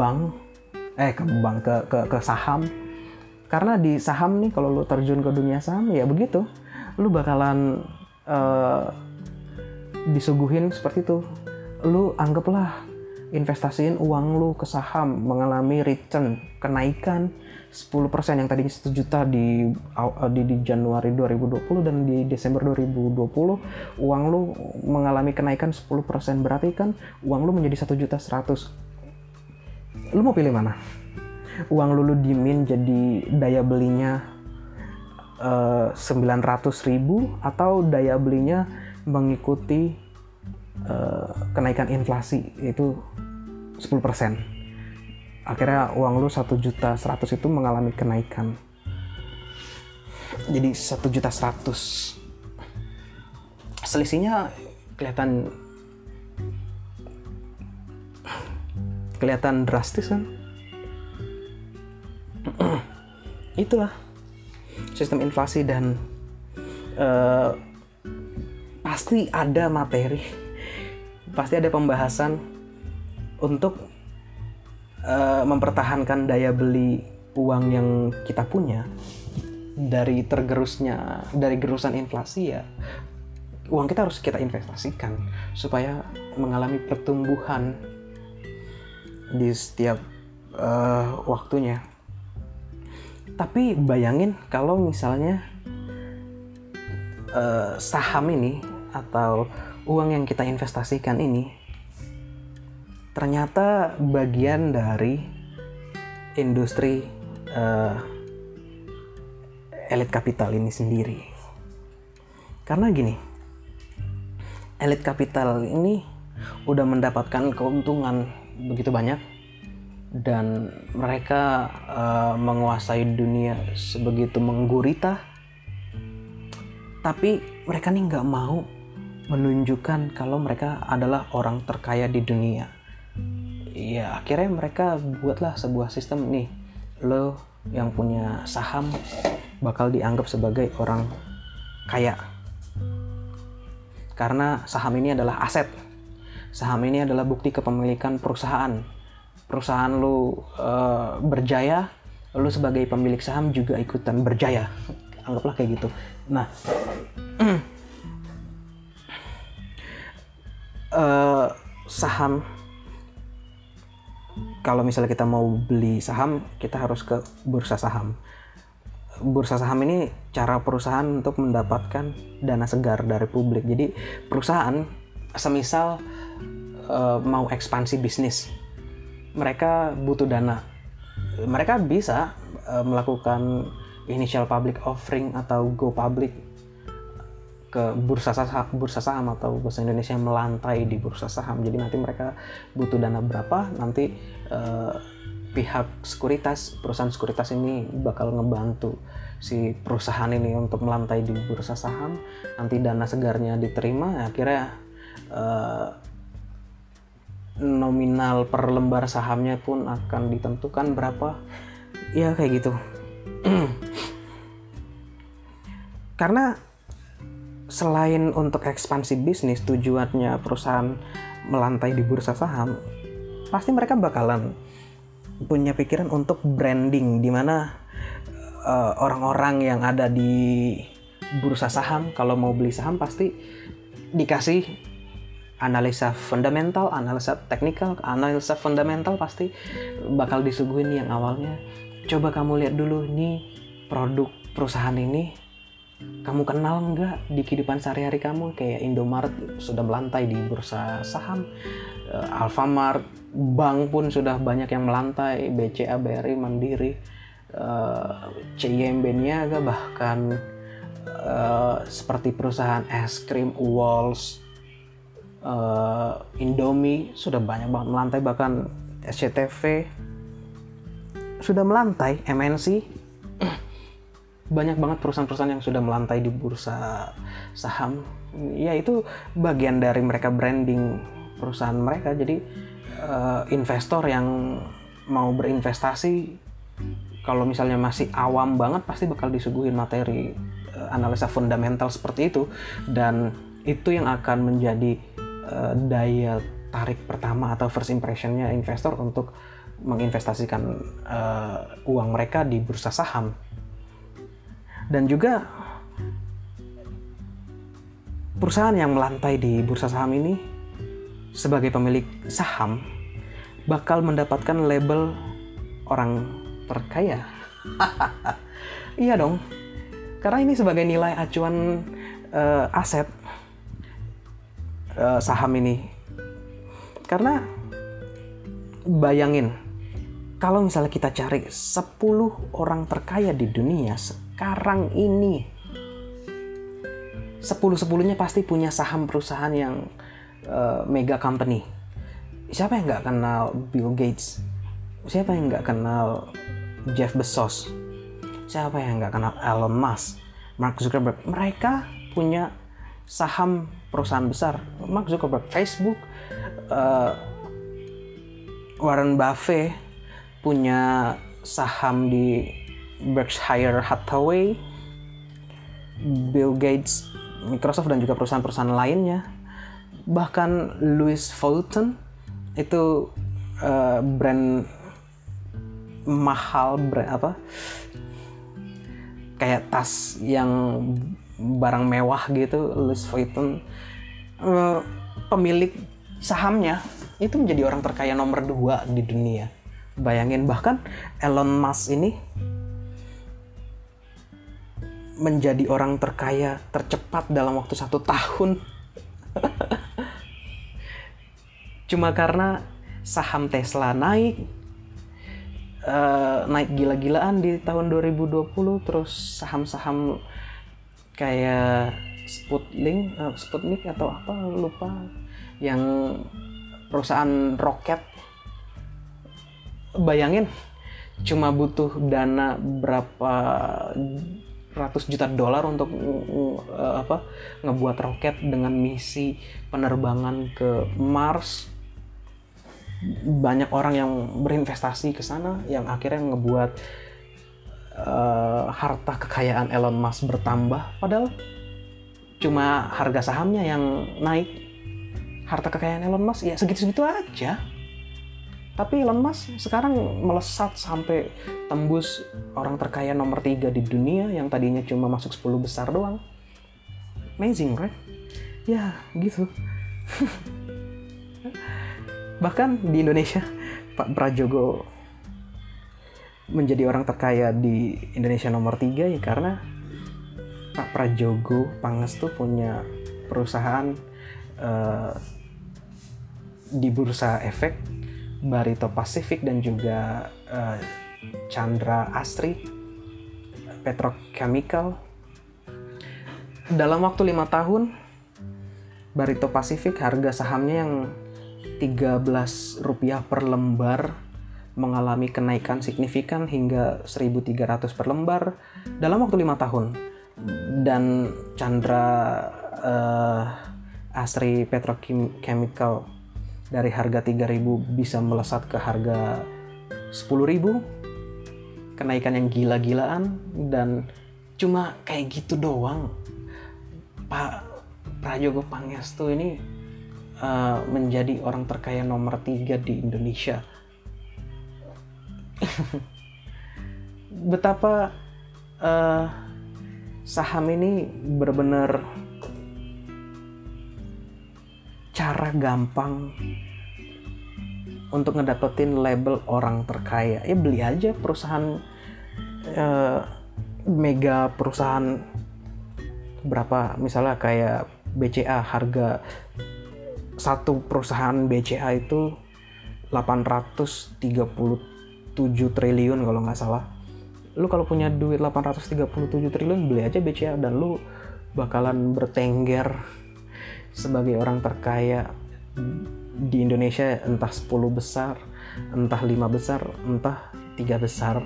saham. Karena di saham nih, kalau lu terjun ke dunia saham ya begitu, lu bakalan disuguhin seperti itu. Lu anggaplah investasiin uang lu ke saham mengalami return, kenaikan 10% yang tadinya 1 juta di Januari 2020 dan di Desember 2020 uang lu mengalami kenaikan 10%, berarti kan uang lu menjadi 1.100.000. Lu mau pilih mana? Uang lu dimin jadi daya belinya 900.000 atau daya belinya mengikuti kenaikan inflasi itu 10%. Akhirnya uang lu 1.100.000 itu mengalami kenaikan jadi 1.100.000. Selisihnya kelihatan drastis kan. Itulah sistem inflasi. Dan pasti ada materi, pasti ada pembahasan untuk mempertahankan daya beli uang yang kita punya dari gerusan inflasi. Ya uang kita harus kita investasikan supaya mengalami pertumbuhan di setiap waktunya. Tapi bayangin kalau misalnya saham ini atau uang yang kita investasikan ini ternyata bagian dari industri elit kapital ini sendiri. Karena gini, elit kapital ini udah mendapatkan keuntungan begitu banyak dan mereka menguasai dunia sebegitu menggurita, tapi mereka nih nggak mau menunjukkan kalau mereka adalah orang terkaya di dunia. Ya akhirnya mereka buatlah sebuah sistem nih, lo yang punya saham bakal dianggap sebagai orang kaya karena saham ini adalah aset. Saham ini adalah bukti kepemilikan perusahaan. Perusahaan lo berjaya, lo sebagai pemilik saham juga ikutan berjaya. Anggaplah kayak gitu. Nah, saham, kalau misalnya kita mau beli saham, kita harus ke bursa saham. Bursa saham ini cara perusahaan untuk mendapatkan dana segar dari publik. Jadi perusahaan semisal mau ekspansi bisnis, mereka butuh dana. Mereka bisa melakukan initial public offering atau go public ke bursa saham atau bahasa Indonesia melantai di bursa saham. Jadi nanti mereka butuh dana berapa, nanti pihak sekuritas, perusahaan sekuritas ini bakal ngebantu si perusahaan ini untuk melantai di bursa saham. Nanti dana segarnya diterima, akhirnya nominal per lembar sahamnya pun akan ditentukan berapa. Ya kayak gitu. Karena selain untuk ekspansi bisnis, tujuannya perusahaan melantai di bursa saham, pasti mereka bakalan punya pikiran untuk branding, di mana orang-orang yang ada di bursa saham kalau mau beli saham pasti dikasih analisa fundamental, analisa teknikal. Analisa fundamental pasti bakal disuguhin yang awalnya, coba kamu lihat dulu nih produk perusahaan ini, kamu kenal nggak di kehidupan sehari-hari kamu? Kayak Indomaret sudah melantai di bursa saham, Alfamart, bank pun sudah banyak yang melantai, BCA, BRI, Mandiri, CIMB Niaga, bahkan seperti perusahaan es krim Walls, Indomie sudah banyak banget melantai, bahkan SCTV sudah melantai, MNC banyak banget perusahaan-perusahaan yang sudah melantai di bursa saham. Ya itu bagian dari mereka branding perusahaan mereka. Jadi investor yang mau berinvestasi, kalau misalnya masih awam banget, pasti bakal disuguhin materi analisa fundamental seperti itu, dan itu yang akan menjadi daya tarik pertama atau first impressionnya investor untuk menginvestasikan uang mereka di bursa saham. Dan juga perusahaan yang melantai di bursa saham ini sebagai pemilik saham bakal mendapatkan label orang terkaya. Iya dong, karena ini sebagai nilai acuan aset saham ini. Karena bayangin, kalau misalnya kita cari 10 orang terkaya di dunia sekarang ini, 10-10-nya pasti punya saham perusahaan yang mega company. Siapa yang nggak kenal Bill Gates? Siapa yang nggak kenal Jeff Bezos? Siapa yang nggak kenal Elon Musk, Mark Zuckerberg? Mereka punya saham perusahaan besar. Mark Zuckerberg, Facebook, Warren Buffett punya saham di Berkshire Hathaway, Bill Gates, Microsoft, dan juga perusahaan-perusahaan lainnya. Bahkan Louis Vuitton itu brand mahal, kayak tas yang barang mewah gitu. Louis Vuitton, pemilik sahamnya itu menjadi orang terkaya nomor 2 di dunia. Bayangin, bahkan Elon Musk ini menjadi orang terkaya tercepat dalam waktu 1 tahun. Cuma karena saham Tesla naik gila-gilaan di tahun 2020, terus saham-saham kayak Sputnik atau apa lupa, yang perusahaan roket. Bayangin, cuma butuh dana berapa ratus juta dolar untuk ngebuat roket dengan misi penerbangan ke Mars. Banyak orang yang berinvestasi ke sana, yang akhirnya ngebuat harta kekayaan Elon Musk bertambah. Padahal cuma harga sahamnya yang naik. Harta kekayaan Elon Musk ya segitu-segitu aja. Tapi Elon Musk sekarang melesat sampai tembus orang terkaya nomor 3 di dunia, yang tadinya cuma masuk 10 besar doang. Amazing, right? Ya, gitu. Bahkan di Indonesia, Pak Prajogo menjadi orang terkaya di Indonesia nomor 3 ya karena Pak Prajogo Pangestu punya perusahaan di bursa efek Barito Pacific dan juga Chandra Asri Petrochemical. Dalam waktu 5 tahun, Barito Pacific harga sahamnya yang Rp13 per lembar mengalami kenaikan signifikan hingga 1.300 per lembar dalam waktu 5 tahun. Dan Chandra Asri Petrochemical dari harga 3.000 bisa melesat ke harga 10.000. Kenaikan yang gila-gilaan, dan cuma kayak gitu doang. Pak Prajogo Pangestu ini menjadi orang terkaya nomor 3 di Indonesia. Betapa saham ini benar-benar cara gampang untuk ngedapetin label orang terkaya. Ya beli aja perusahaan mega perusahaan berapa, misalnya kayak BCA, harga satu perusahaan BCA itu 837 triliun kalau nggak salah. Lu kalau punya duit 837 triliun, beli aja BCA dan lu bakalan bertengger sebagai orang terkaya di Indonesia, entah 10 besar, entah 5 besar, entah 3 besar.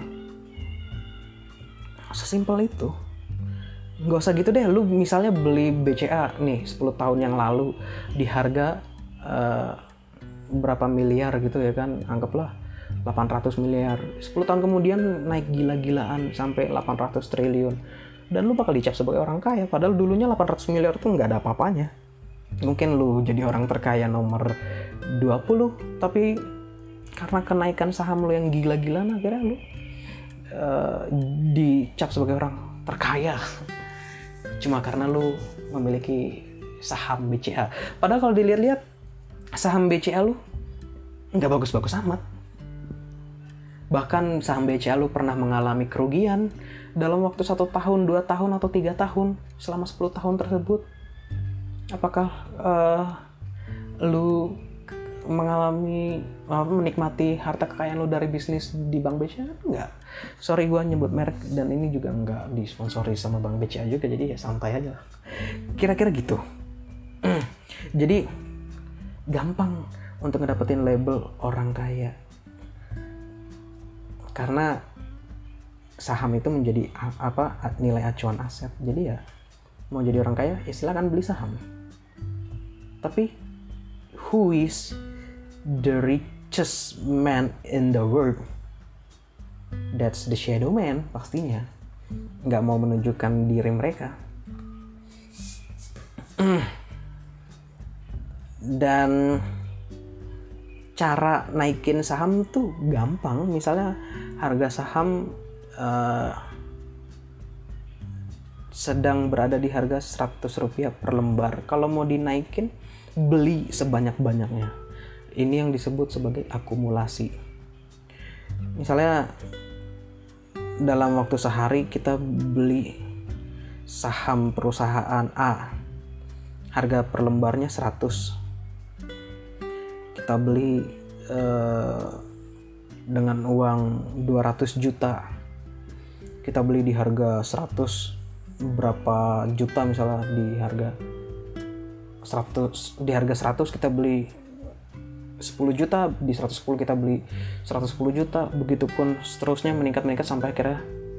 Sesimpel itu. Nggak usah gitu deh, lu misalnya beli BCA nih 10 tahun yang lalu di harga berapa miliar gitu ya kan, anggaplah 800 miliar. 10 tahun kemudian naik gila-gilaan sampai 800 triliun. Dan lu bakal dicap sebagai orang kaya, padahal dulunya 800 miliar tuh nggak ada apa-apanya. Mungkin lu jadi orang terkaya nomor 20, tapi karena kenaikan saham lu yang gila-gilaan, akhirnya lu dicap sebagai orang terkaya. Cuma karena lu memiliki saham BCA. Padahal kalau dilihat-lihat, saham BCA lu nggak bagus-bagus amat. Bahkan saham BCA lu pernah mengalami kerugian dalam waktu 1 tahun, 2 tahun, atau 3 tahun selama 10 tahun tersebut. Apakah lu menikmati harta kekayaan lu dari bisnis di Bank BCA? Enggak. Sorry gue nyebut merek, dan ini juga enggak disponsori sama Bank BCA juga, jadi ya santai aja. Kira-kira gitu. Jadi gampang untuk ngedapetin label orang kaya, karena saham itu menjadi nilai acuan aset. Jadi ya mau jadi orang kaya ya silakan beli saham. Tapi who is the richest man in the world? That's the shadow man, pastinya. Nggak mau menunjukkan diri mereka. Dan cara naikin saham tuh gampang. Misalnya harga saham sedang berada di harga Rp100 per lembar. Kalau mau dinaikin, beli sebanyak-banyaknya. Ini yang disebut sebagai akumulasi. Misalnya dalam waktu sehari kita beli saham perusahaan A, harga per lembarnya 100. Kita beli dengan uang 200 juta. Kita beli di harga 100 berapa juta, misalnya di harga 100 kita beli 10 juta, di 110 kita beli 110 juta, begitupun seterusnya meningkat sampai akhirnya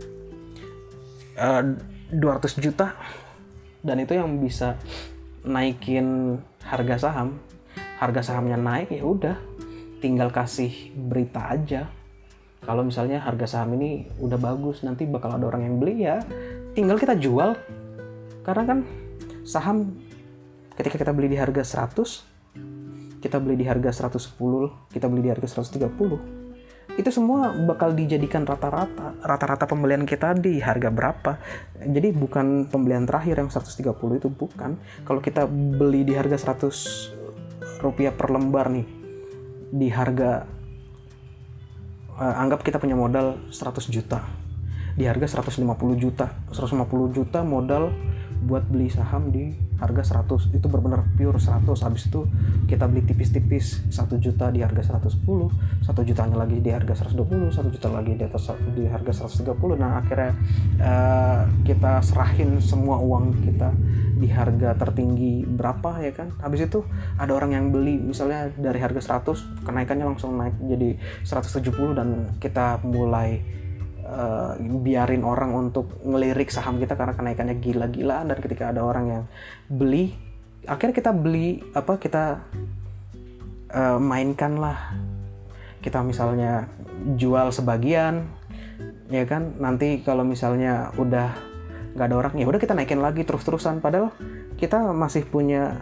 200 juta. Dan itu yang bisa naikin harga saham. Harga sahamnya naik, ya udah tinggal kasih berita aja kalau misalnya harga saham ini udah bagus, nanti bakal ada orang yang beli, ya tinggal kita jual. Karena kan saham ketika kita beli di harga 100, kita beli di harga 110, kita beli di harga 130, itu semua bakal dijadikan rata-rata pembelian kita di harga berapa. Jadi bukan pembelian terakhir yang 130 itu, bukan. Kalau kita beli di harga 100 rupiah per lembar nih, di harga anggap kita punya modal 100 juta, di harga 150 juta modal buat beli saham di harga 100. Itu benar-benar pure 100. Habis itu kita beli tipis-tipis 1 juta di harga 110, 1 jutanya lagi di harga 120, 1 juta lagi di harga 130. Nah akhirnya kita serahin semua uang kita di harga tertinggi berapa, ya kan. Habis itu ada orang yang beli, misalnya dari harga 100 kenaikannya langsung naik jadi 170, dan kita mulai biarin orang untuk ngelirik saham kita karena kenaikannya gila-gilaan. Dan ketika ada orang yang beli, akhirnya kita beli kita mainkan lah. Kita misalnya jual sebagian, ya kan. Nanti kalau misalnya udah nggak ada orang, ya udah kita naikin lagi terus-terusan. Padahal kita masih punya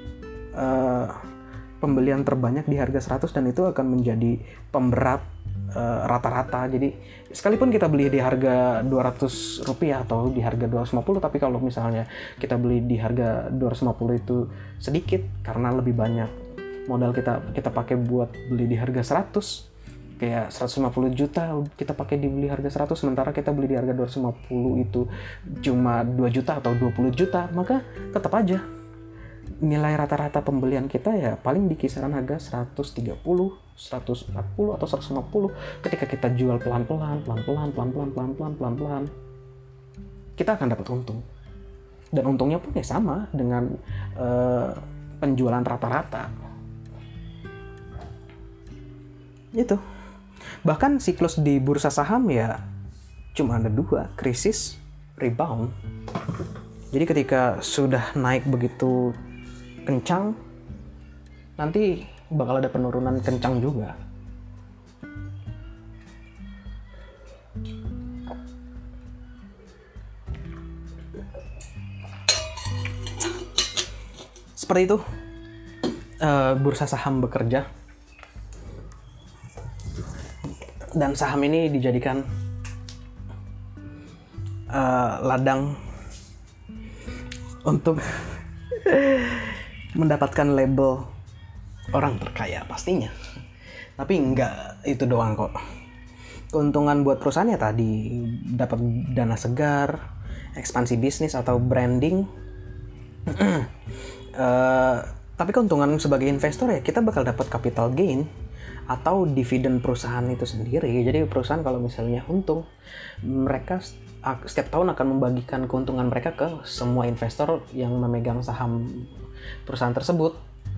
pembelian terbanyak di harga 100, dan itu akan menjadi pemberat rata-rata. Jadi sekalipun kita beli di harga 200 rupiah atau di harga 250, tapi kalau misalnya kita beli di harga 250 itu sedikit karena lebih banyak modal kita pakai buat beli di harga 100, kayak 150 juta kita pakai dibeli harga 100, sementara kita beli di harga 250 itu cuma 2 juta atau 20 juta, maka tetap aja nilai rata-rata pembelian kita ya paling di kisaran harga 130, 140 atau 150. Ketika kita jual pelan-pelan, kita akan dapat untung. Dan untungnya pun ya sama dengan penjualan rata-rata. Itu. Bahkan siklus di bursa saham ya cuma ada 2, krisis, rebound. Jadi ketika sudah naik begitu kencang, nanti bakal ada penurunan kencang juga. Seperti itu bursa saham bekerja. Dan saham ini dijadikan ladang untuk mendapatkan label orang terkaya pastinya. Tapi enggak itu doang kok. Keuntungan buat perusahaan ya tadi dapat dana segar, ekspansi bisnis atau branding. Tapi keuntungan sebagai investor ya kita bakal dapat capital gain atau dividen perusahaan itu sendiri. Jadi perusahaan kalau misalnya untung, mereka setiap tahun akan membagikan keuntungan mereka ke semua investor yang memegang saham perusahaan tersebut.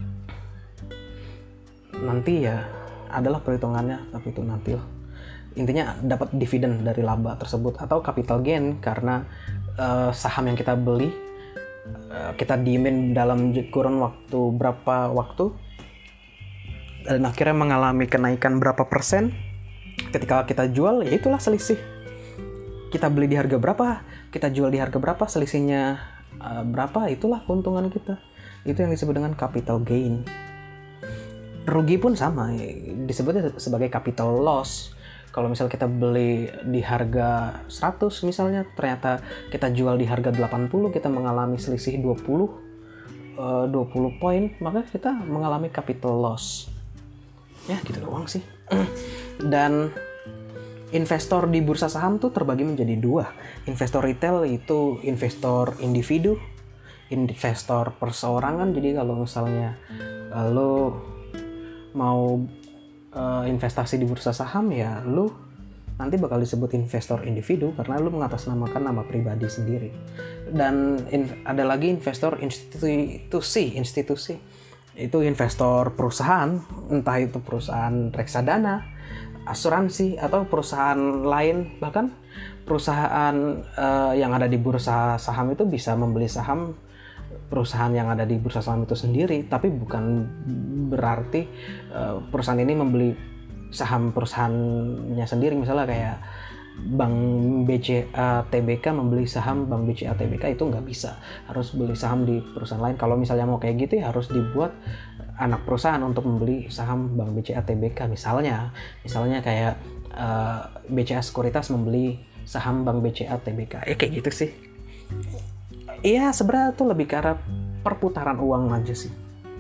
Nanti ya adalah perhitungannya, tapi itu nanti lah. Intinya dapat dividen dari laba tersebut atau capital gain karena saham yang kita beli kita diemin dalam kurun waktu berapa waktu dan akhirnya mengalami kenaikan berapa persen. Ketika kita jual, ya itulah selisih. Kita beli di harga berapa, kita jual di harga berapa, selisihnya berapa, itulah keuntungan kita. Itu yang disebut dengan capital gain. Rugi pun sama, disebutnya sebagai capital loss. Kalau misal kita beli di harga 100 misalnya, ternyata kita jual di harga 80, kita mengalami selisih 20 poin, maka kita mengalami capital loss. Ya gitu doang sih. Dan investor di bursa saham tuh terbagi menjadi 2. Investor retail itu investor individu, investor perseorangan. Jadi kalau misalnya lo mau investasi di bursa saham ya lu nanti bakal disebut investor individu karena lu mengatasnamakan nama pribadi sendiri. Dan ada lagi investor institusi. Itu investor perusahaan, entah itu perusahaan reksadana, asuransi atau perusahaan lain, bahkan perusahaan yang ada di bursa saham itu bisa membeli saham perusahaan yang ada di bursa saham itu sendiri, tapi bukan berarti perusahaan ini membeli saham perusahaannya sendiri. Misalnya kayak Bank BCA Tbk membeli saham Bank BCA Tbk, itu nggak bisa, harus beli saham di perusahaan lain. Kalau misalnya mau kayak gitu ya harus dibuat anak perusahaan untuk membeli saham Bank BCA Tbk. Misalnya kayak BCA Sekuritas membeli saham Bank BCA Tbk, kayak gitu sih. Iya, sebenarnya tuh lebih ke arah perputaran uang aja sih.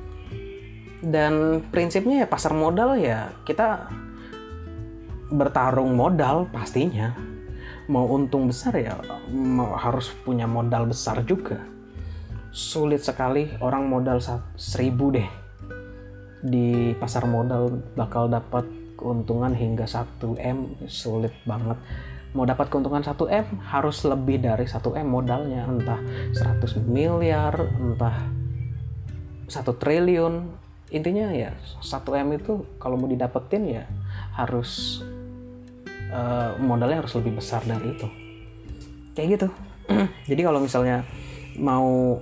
Dan prinsipnya ya pasar modal ya kita bertarung modal pastinya. Mau untung besar ya harus punya modal besar juga. Sulit sekali orang modal 1.000 deh di pasar modal bakal dapat keuntungan hingga 1M, sulit banget. Mau dapat keuntungan 1M harus lebih dari 1M modalnya, entah 100 miliar, entah 1 triliun. Intinya ya 1M itu kalau mau didapetin ya harus modalnya harus lebih besar dari itu. Kayak gitu. Jadi kalau misalnya mau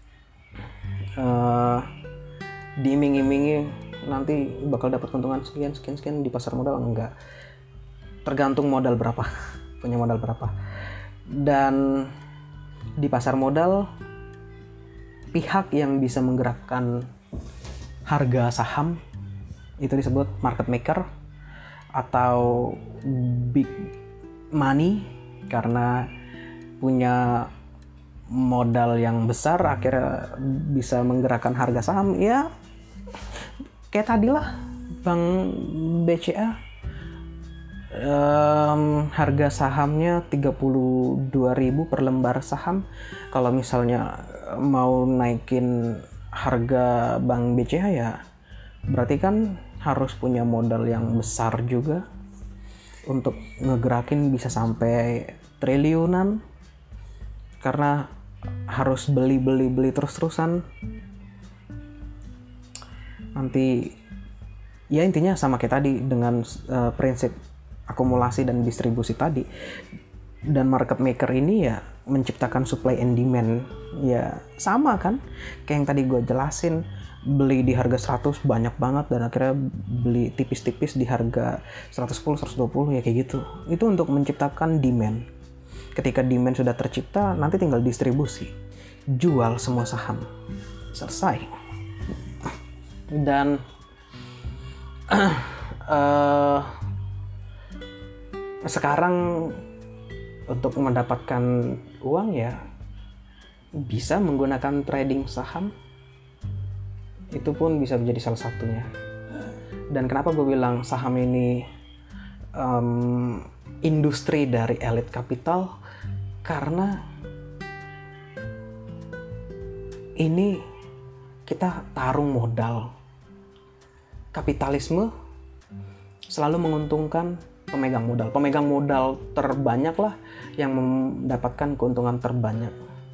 diiming-imingi nanti bakal dapat keuntungan sekian di pasar modal, enggak. Tergantung modal berapa, punya modal berapa. Dan di pasar modal pihak yang bisa menggerakkan harga saham itu disebut market maker atau big money, karena punya modal yang besar akhirnya bisa menggerakkan harga saham. Ya kayak tadilah Bank BCA harga sahamnya 32.000 per lembar saham. Kalau misalnya mau naikin harga Bank BCA ya berarti kan harus punya modal yang besar juga untuk ngegerakin bisa sampai triliunan, karena harus beli terus-terusan. nanti ya intinya sama kayak tadi dengan prinsip akumulasi dan distribusi tadi. Dan market maker ini ya menciptakan supply and demand, ya sama kan kayak yang tadi gue jelasin, beli di harga 100 banyak banget dan akhirnya beli tipis-tipis di harga 110, 120 ya kayak gitu. Itu untuk menciptakan demand. Ketika demand sudah tercipta, nanti tinggal distribusi, jual semua saham, selesai. Dan sekarang untuk mendapatkan uang ya bisa menggunakan trading saham, itu pun bisa menjadi salah satunya. Dan kenapa gue bilang saham ini industri dari elit kapital, karena ini kita tarung modal. Kapitalisme selalu menguntungkan pemegang modal. Pemegang modal terbanyak lah yang mendapatkan keuntungan terbanyak.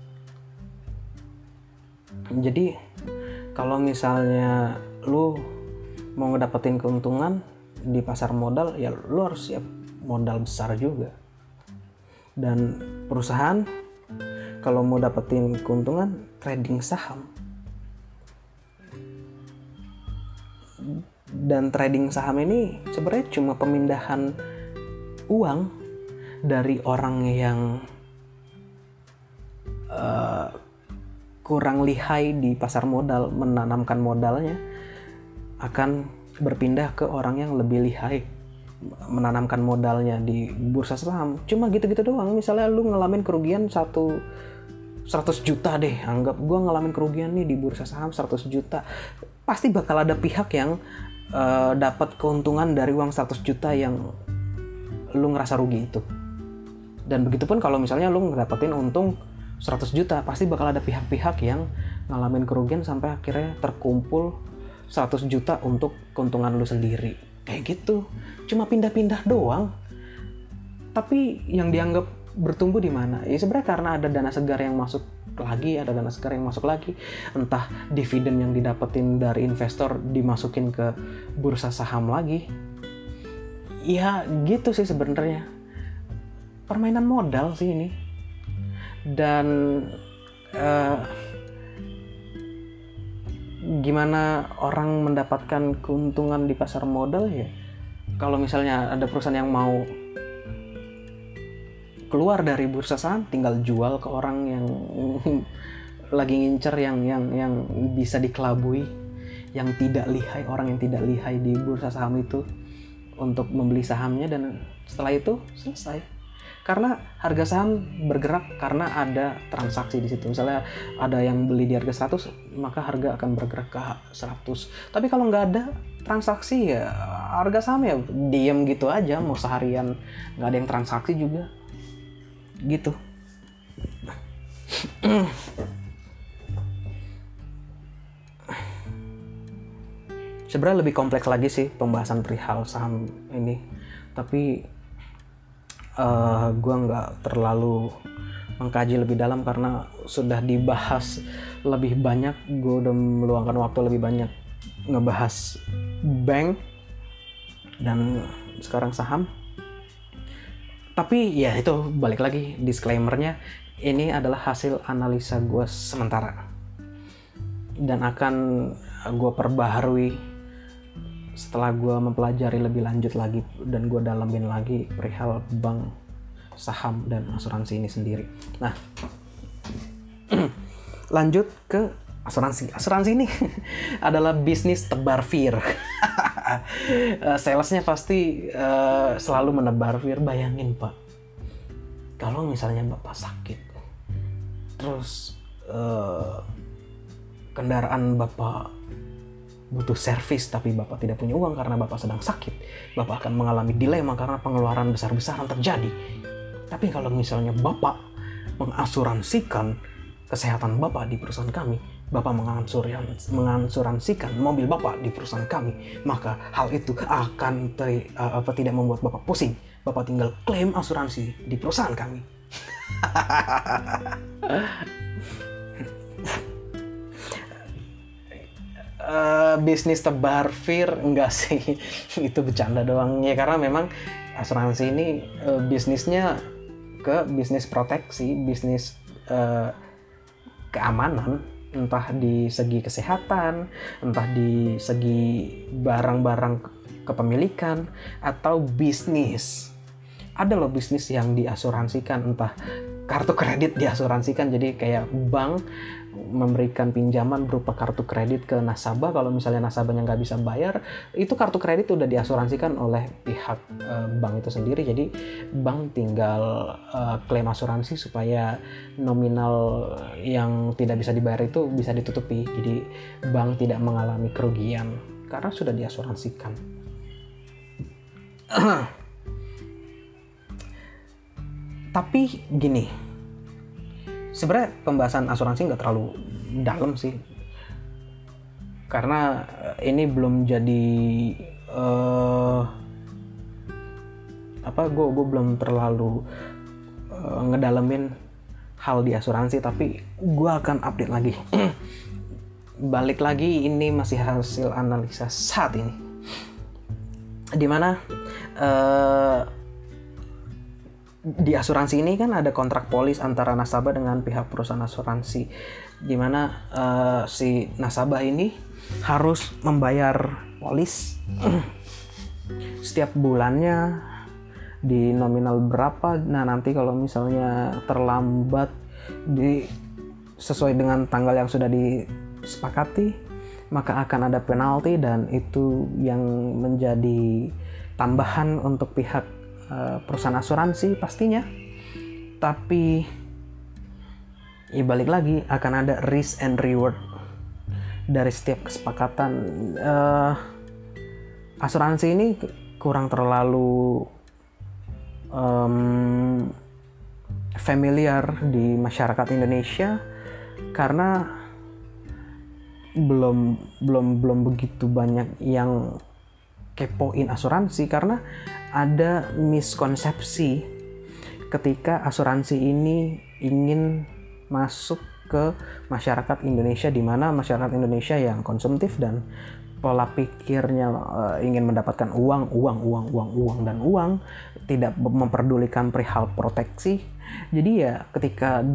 Jadi kalau misalnya lu mau ngedapetin keuntungan di pasar modal, ya lu harus siap modal besar juga. Dan perusahaan kalau mau dapetin keuntungan trading saham. Dan trading saham ini sebenarnya cuma pemindahan uang dari orang yang kurang lihai di pasar modal menanamkan modalnya, akan berpindah ke orang yang lebih lihai menanamkan modalnya di bursa saham. Cuma gitu-gitu doang. Misalnya lu ngalamin kerugian 100 juta deh, anggap gue ngalamin kerugian nih di bursa saham 100 juta, pasti bakal ada pihak yang dapat keuntungan dari uang 100 juta yang lu ngerasa rugi itu. Dan begitupun kalau misalnya lu ngedapetin untung 100 juta, pasti bakal ada pihak-pihak yang ngalamin kerugian sampai akhirnya terkumpul 100 juta untuk keuntungan lu sendiri. Kayak gitu. Cuma pindah-pindah doang. Tapi yang dianggap bertumbuh di mana? Ya sebenarnya karena ada dana segar yang masuk lagi, ada dana segar yang masuk lagi. Entah dividen yang didapetin dari investor dimasukin ke bursa saham lagi. Ya gitu sih sebenarnya. Permainan modal sih ini. Dan gimana orang mendapatkan keuntungan di pasar modal ya? Kalau misalnya ada perusahaan yang mau keluar dari bursa saham, tinggal jual ke orang yang lagi ngincer yang bisa dikelabui, yang tidak lihai, orang yang tidak lihai di bursa saham itu untuk membeli sahamnya, dan setelah itu selesai. Karena harga saham bergerak karena ada transaksi di situ. Misalnya ada yang beli di harga 100, maka harga akan bergerak ke 100. Tapi kalau nggak ada transaksi ya harga saham ya diem gitu aja, mau seharian nggak ada yang transaksi juga. Gitu. Sebenarnya lebih kompleks lagi sih pembahasan perihal saham ini, tapi gue nggak terlalu mengkaji lebih dalam karena sudah dibahas lebih banyak. Gue udah meluangkan waktu lebih banyak ngebahas bank dan sekarang saham. Tapi ya itu balik lagi disclaimer-nya, ini adalah hasil analisa gue sementara dan akan gue perbaharui setelah gue mempelajari lebih lanjut lagi dan gue dalamin lagi perihal bank, saham, dan asuransi ini sendiri. Nah, lanjut ke asuransi. Asuransi ini adalah bisnis tebar fear. Salesnya pasti selalu menebar fear. Bayangin Pak, kalau misalnya Bapak sakit, terus kendaraan Bapak butuh servis tapi Bapak tidak punya uang karena Bapak sedang sakit, Bapak akan mengalami dilema karena pengeluaran besar-besaran terjadi. Tapi kalau misalnya Bapak mengasuransikan kesehatan Bapak di perusahaan kami, Bapak mengasuransikan mobil Bapak di perusahaan kami, maka hal itu akan tidak membuat Bapak pusing. Bapak tinggal klaim asuransi di perusahaan kami. bisnis tebar fir, enggak sih. Itu bercanda doang ya, karena memang asuransi ini bisnisnya ke bisnis proteksi, bisnis keamanan, entah di segi kesehatan, entah di segi barang-barang kepemilikan, atau bisnis. Ada loh bisnis yang diasuransikan, entah kartu kredit diasuransikan, jadi kayak bank memberikan pinjaman berupa kartu kredit ke nasabah. Kalau misalnya nasabahnya nggak bisa bayar, itu kartu kredit udah diasuransikan oleh pihak bank itu sendiri. Jadi bank tinggal klaim asuransi supaya nominal yang tidak bisa dibayar itu bisa ditutupi. Jadi bank tidak mengalami kerugian karena sudah diasuransikan. Tapi gini, sebenarnya pembahasan asuransi nggak terlalu dalam sih, karena ini belum jadi gue belum terlalu ngedalemin hal di asuransi, tapi gue akan update lagi. Balik lagi, ini masih hasil analisa saat ini, dimana di asuransi ini kan ada kontrak polis antara nasabah dengan pihak perusahaan asuransi, di mana si nasabah ini harus membayar polis setiap bulannya di nominal berapa. Nah, nanti kalau misalnya terlambat sesuai dengan tanggal yang sudah disepakati, maka akan ada penalti, dan itu yang menjadi tambahan untuk pihak perusahaan asuransi pastinya. Tapi ya balik lagi, akan ada risk and reward dari setiap kesepakatan. Asuransi ini kurang terlalu familiar di masyarakat Indonesia karena belum begitu banyak yang kepoin asuransi, karena ada miskonsepsi ketika asuransi ini ingin masuk ke masyarakat Indonesia, di mana masyarakat Indonesia yang konsumtif dan pola pikirnya ingin mendapatkan uang, dan uang, tidak memperdulikan perihal proteksi. Jadi ya ketika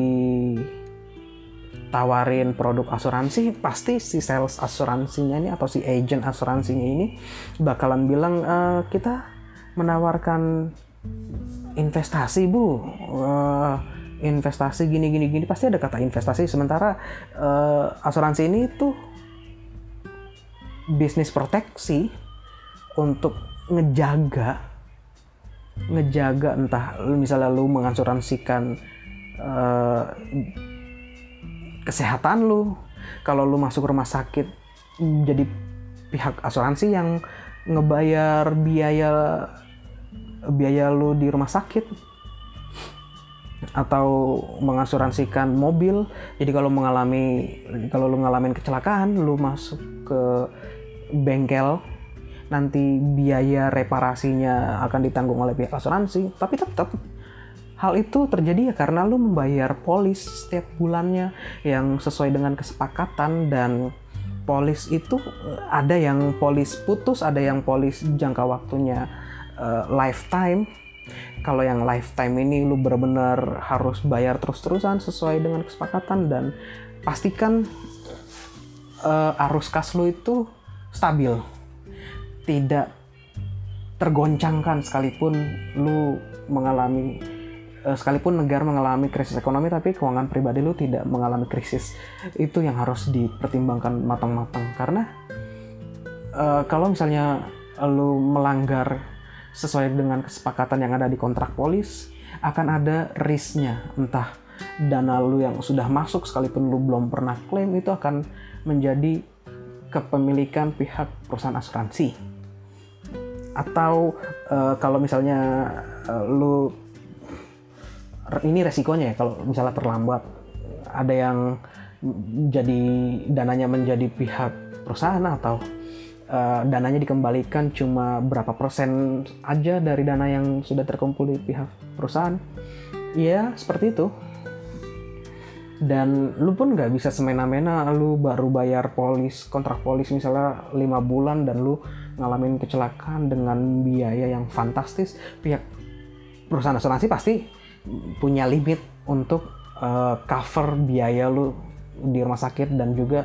ditawarin produk asuransi, pasti si sales asuransinya ini atau si agent asuransinya ini bakalan bilang, kita menawarkan investasi bu, investasi gini, pasti ada kata investasi. Sementara asuransi ini tuh bisnis proteksi untuk ngejaga entah misalnya lu mengasuransikan kesehatan lu, kalau lu masuk rumah sakit jadi pihak asuransi yang ngebayar biaya lu di rumah sakit, atau mengasuransikan mobil. Jadi kalau lu ngalamin kecelakaan, lu masuk ke bengkel, nanti biaya reparasinya akan ditanggung oleh pihak asuransi. Tapi tetap hal itu terjadi ya karena lu membayar polis setiap bulannya yang sesuai dengan kesepakatan. Dan polis itu ada yang polis putus, ada yang polis jangka waktunya lifetime. Kalau yang lifetime ini lu benar-benar harus bayar terus-terusan sesuai dengan kesepakatan, dan pastikan arus kas lu itu stabil, tidak tergoncangkan sekalipun negara mengalami krisis ekonomi, tapi keuangan pribadi lu tidak mengalami krisis. Itu yang harus dipertimbangkan matang-matang, karena kalau misalnya lu melanggar sesuai dengan kesepakatan yang ada di kontrak polis, akan ada risknya. Entah dana lu yang sudah masuk sekalipun lu belum pernah klaim, itu akan menjadi kepemilikan pihak perusahaan asuransi. Atau kalau misalnya ini resikonya ya, kalau misalnya terlambat, ada yang jadi dananya menjadi pihak perusahaan, atau dananya dikembalikan cuma berapa persen aja dari dana yang sudah terkumpul di pihak perusahaan. Ya seperti itu. Dan lu pun nggak bisa semena-mena lu baru bayar kontrak polis misalnya 5 bulan dan lu ngalamin kecelakaan dengan biaya yang fantastis. Pihak perusahaan asuransi pasti punya limit untuk cover biaya lu di rumah sakit, dan juga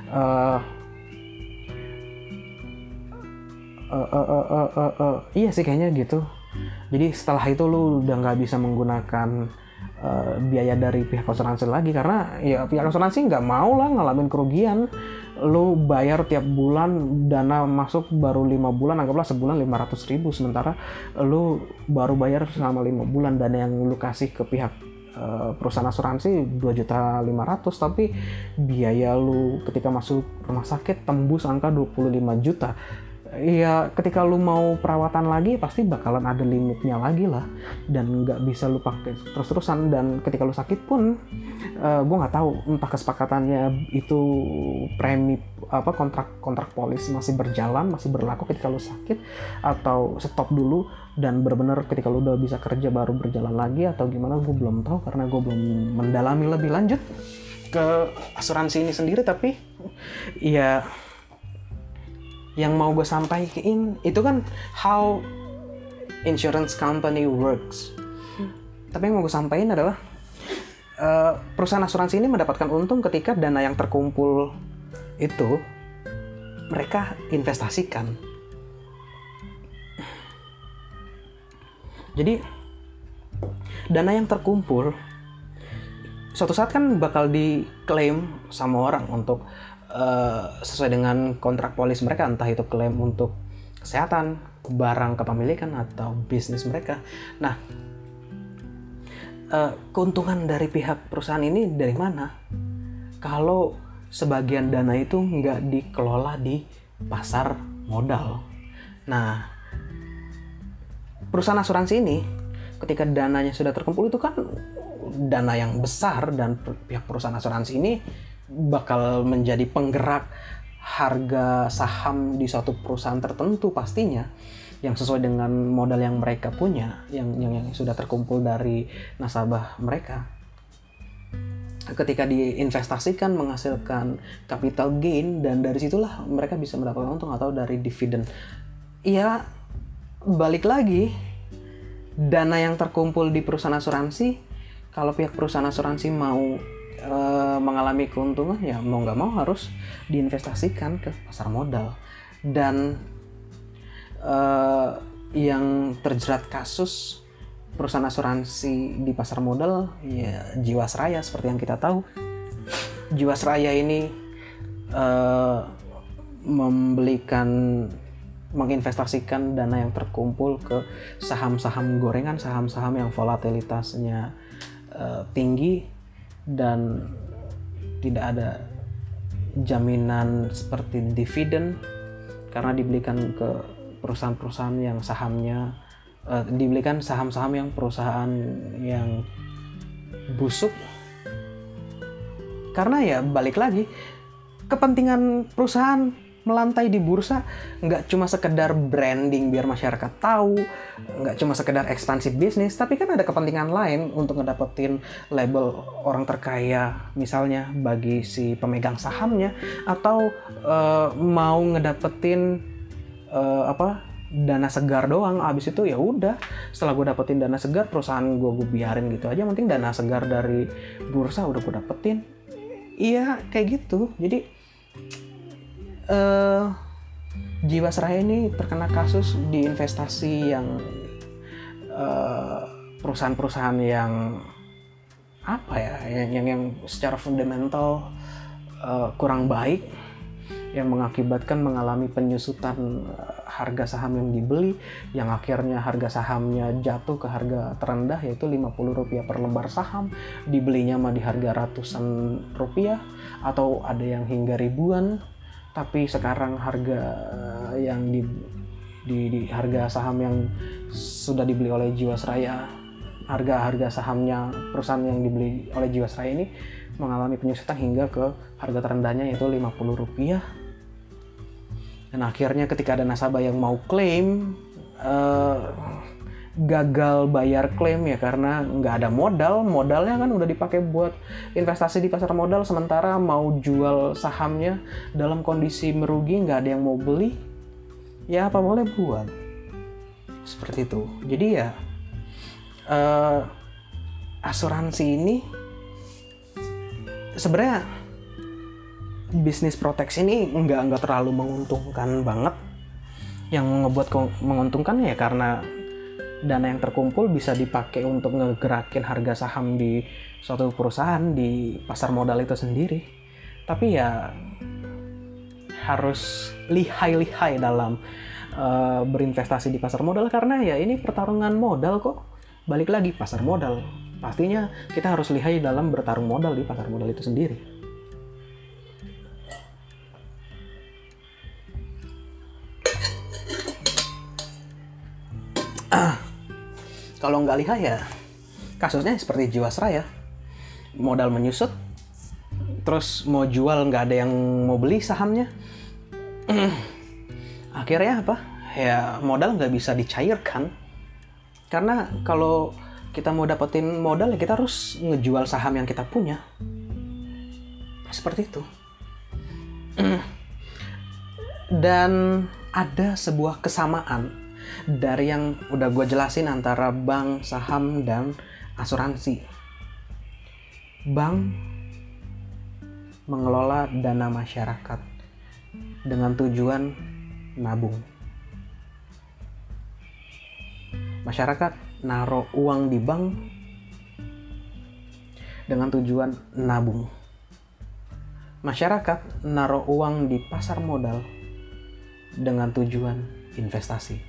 iya sih kayaknya gitu. Jadi setelah itu lu udah nggak bisa menggunakan biaya dari pihak asuransi lagi, karena ya pihak asuransi nggak mau lah ngalamin kerugian. Lu bayar tiap bulan, dana masuk baru 5 bulan, anggaplah sebulan 500.000, sementara lu baru bayar selama 5 bulan. Dana yang lu kasih ke pihak perusahaan asuransi 2.500.000, tapi biaya lu ketika masuk rumah sakit tembus angka 25 juta. Ya ketika lu mau perawatan lagi pasti bakalan ada limitnya lagi lah, dan nggak bisa lu pakai terus-terusan. Dan ketika lu sakit pun gue nggak tahu entah kesepakatannya itu premi kontrak polis masih berjalan, masih berlaku ketika lu sakit, atau stop dulu dan benar-benar ketika lu udah bisa kerja baru berjalan lagi, atau gimana gue belum tahu karena gue belum mendalami lebih lanjut ke asuransi ini sendiri. Tapi ya yang mau gue sampaikan itu kan how insurance company works. Tapi yang mau gue sampaikan adalah perusahaan asuransi ini mendapatkan untung ketika dana yang terkumpul itu mereka investasikan. Jadi dana yang terkumpul suatu saat kan bakal diklaim sama orang untuk sesuai dengan kontrak polis mereka, entah itu klaim untuk kesehatan, barang kepemilikan, atau bisnis mereka. Nah, keuntungan dari pihak perusahaan ini dari mana? Kalau sebagian dana itu nggak dikelola di pasar modal. Nah, perusahaan asuransi ini ketika dananya sudah terkumpul itu kan dana yang besar, dan pihak perusahaan asuransi ini bakal menjadi penggerak harga saham di suatu perusahaan tertentu pastinya, yang sesuai dengan modal yang mereka punya, yang sudah terkumpul dari nasabah mereka. Ketika diinvestasikan menghasilkan capital gain, dan dari situlah mereka bisa mendapatkan untung atau dari dividen. Ya balik lagi, dana yang terkumpul di perusahaan asuransi, kalau pihak perusahaan asuransi mau mengalami keuntungan, ya mau nggak mau harus diinvestasikan ke pasar modal. Dan yang terjerat kasus perusahaan asuransi di pasar modal ya Jiwasraya. Seperti yang kita tahu, Jiwasraya ini menginvestasikan dana yang terkumpul ke saham-saham gorengan, saham-saham yang volatilitasnya tinggi dan tidak ada jaminan seperti dividen, karena dibelikan ke perusahaan-perusahaan yang sahamnya dibelikan saham-saham yang perusahaan yang busuk. Karena ya balik lagi, kepentingan perusahaan melantai di bursa nggak cuma sekedar branding biar masyarakat tahu, nggak cuma sekedar ekspansi bisnis, tapi kan ada kepentingan lain untuk ngedapetin label orang terkaya misalnya bagi si pemegang sahamnya, atau mau ngedapetin dana segar doang. Abis itu ya udah, setelah gue dapetin dana segar, perusahaan gue biarin gitu aja, penting dana segar dari bursa udah gue dapetin. Iya kayak gitu. Jadi Jiwasraya ini terkena kasus di investasi yang perusahaan-perusahaan yang yang secara fundamental kurang baik, yang mengakibatkan mengalami penyusutan harga saham yang dibeli, yang akhirnya harga sahamnya jatuh ke harga terendah, yaitu Rp50 per lembar saham. Dibelinya mah di harga ratusan rupiah, atau ada yang hingga ribuan. Tapi sekarang harga yang di harga saham yang sudah dibeli oleh Jiwasraya, harga sahamnya perusahaan yang dibeli oleh Jiwasraya ini mengalami penyusutan hingga ke harga terendahnya, yaitu Rp50. Dan akhirnya ketika ada nasabah yang mau klaim, gagal bayar klaim ya karena nggak ada modalnya kan udah dipakai buat investasi di pasar modal, sementara mau jual sahamnya dalam kondisi merugi, nggak ada yang mau beli, ya apa boleh buat seperti itu. Jadi ya asuransi ini sebenarnya bisnis proteksi ini nggak terlalu menguntungkan banget. Yang ngebuat menguntungkan ya karena dana yang terkumpul bisa dipakai untuk ngegerakin harga saham di suatu perusahaan di pasar modal itu sendiri. Tapi ya harus lihai-lihai dalam berinvestasi di pasar modal, karena ya ini pertarungan modal kok. Balik lagi pasar modal, pastinya kita harus lihai dalam bertarung modal di pasar modal itu sendiri. Kalau nggak lihai ya kasusnya seperti Jiwasraya, modal menyusut, terus mau jual nggak ada yang mau beli sahamnya. Akhirnya apa? Ya modal nggak bisa dicairkan, karena kalau kita mau dapetin modal ya kita harus ngejual saham yang kita punya. Seperti itu. Dan ada sebuah kesamaan dari yang udah gue jelasin antara bank, saham, dan asuransi. Bank mengelola dana masyarakat dengan tujuan nabung. Masyarakat naruh uang di bank dengan tujuan nabung. Masyarakat naruh uang di pasar modal dengan tujuan investasi.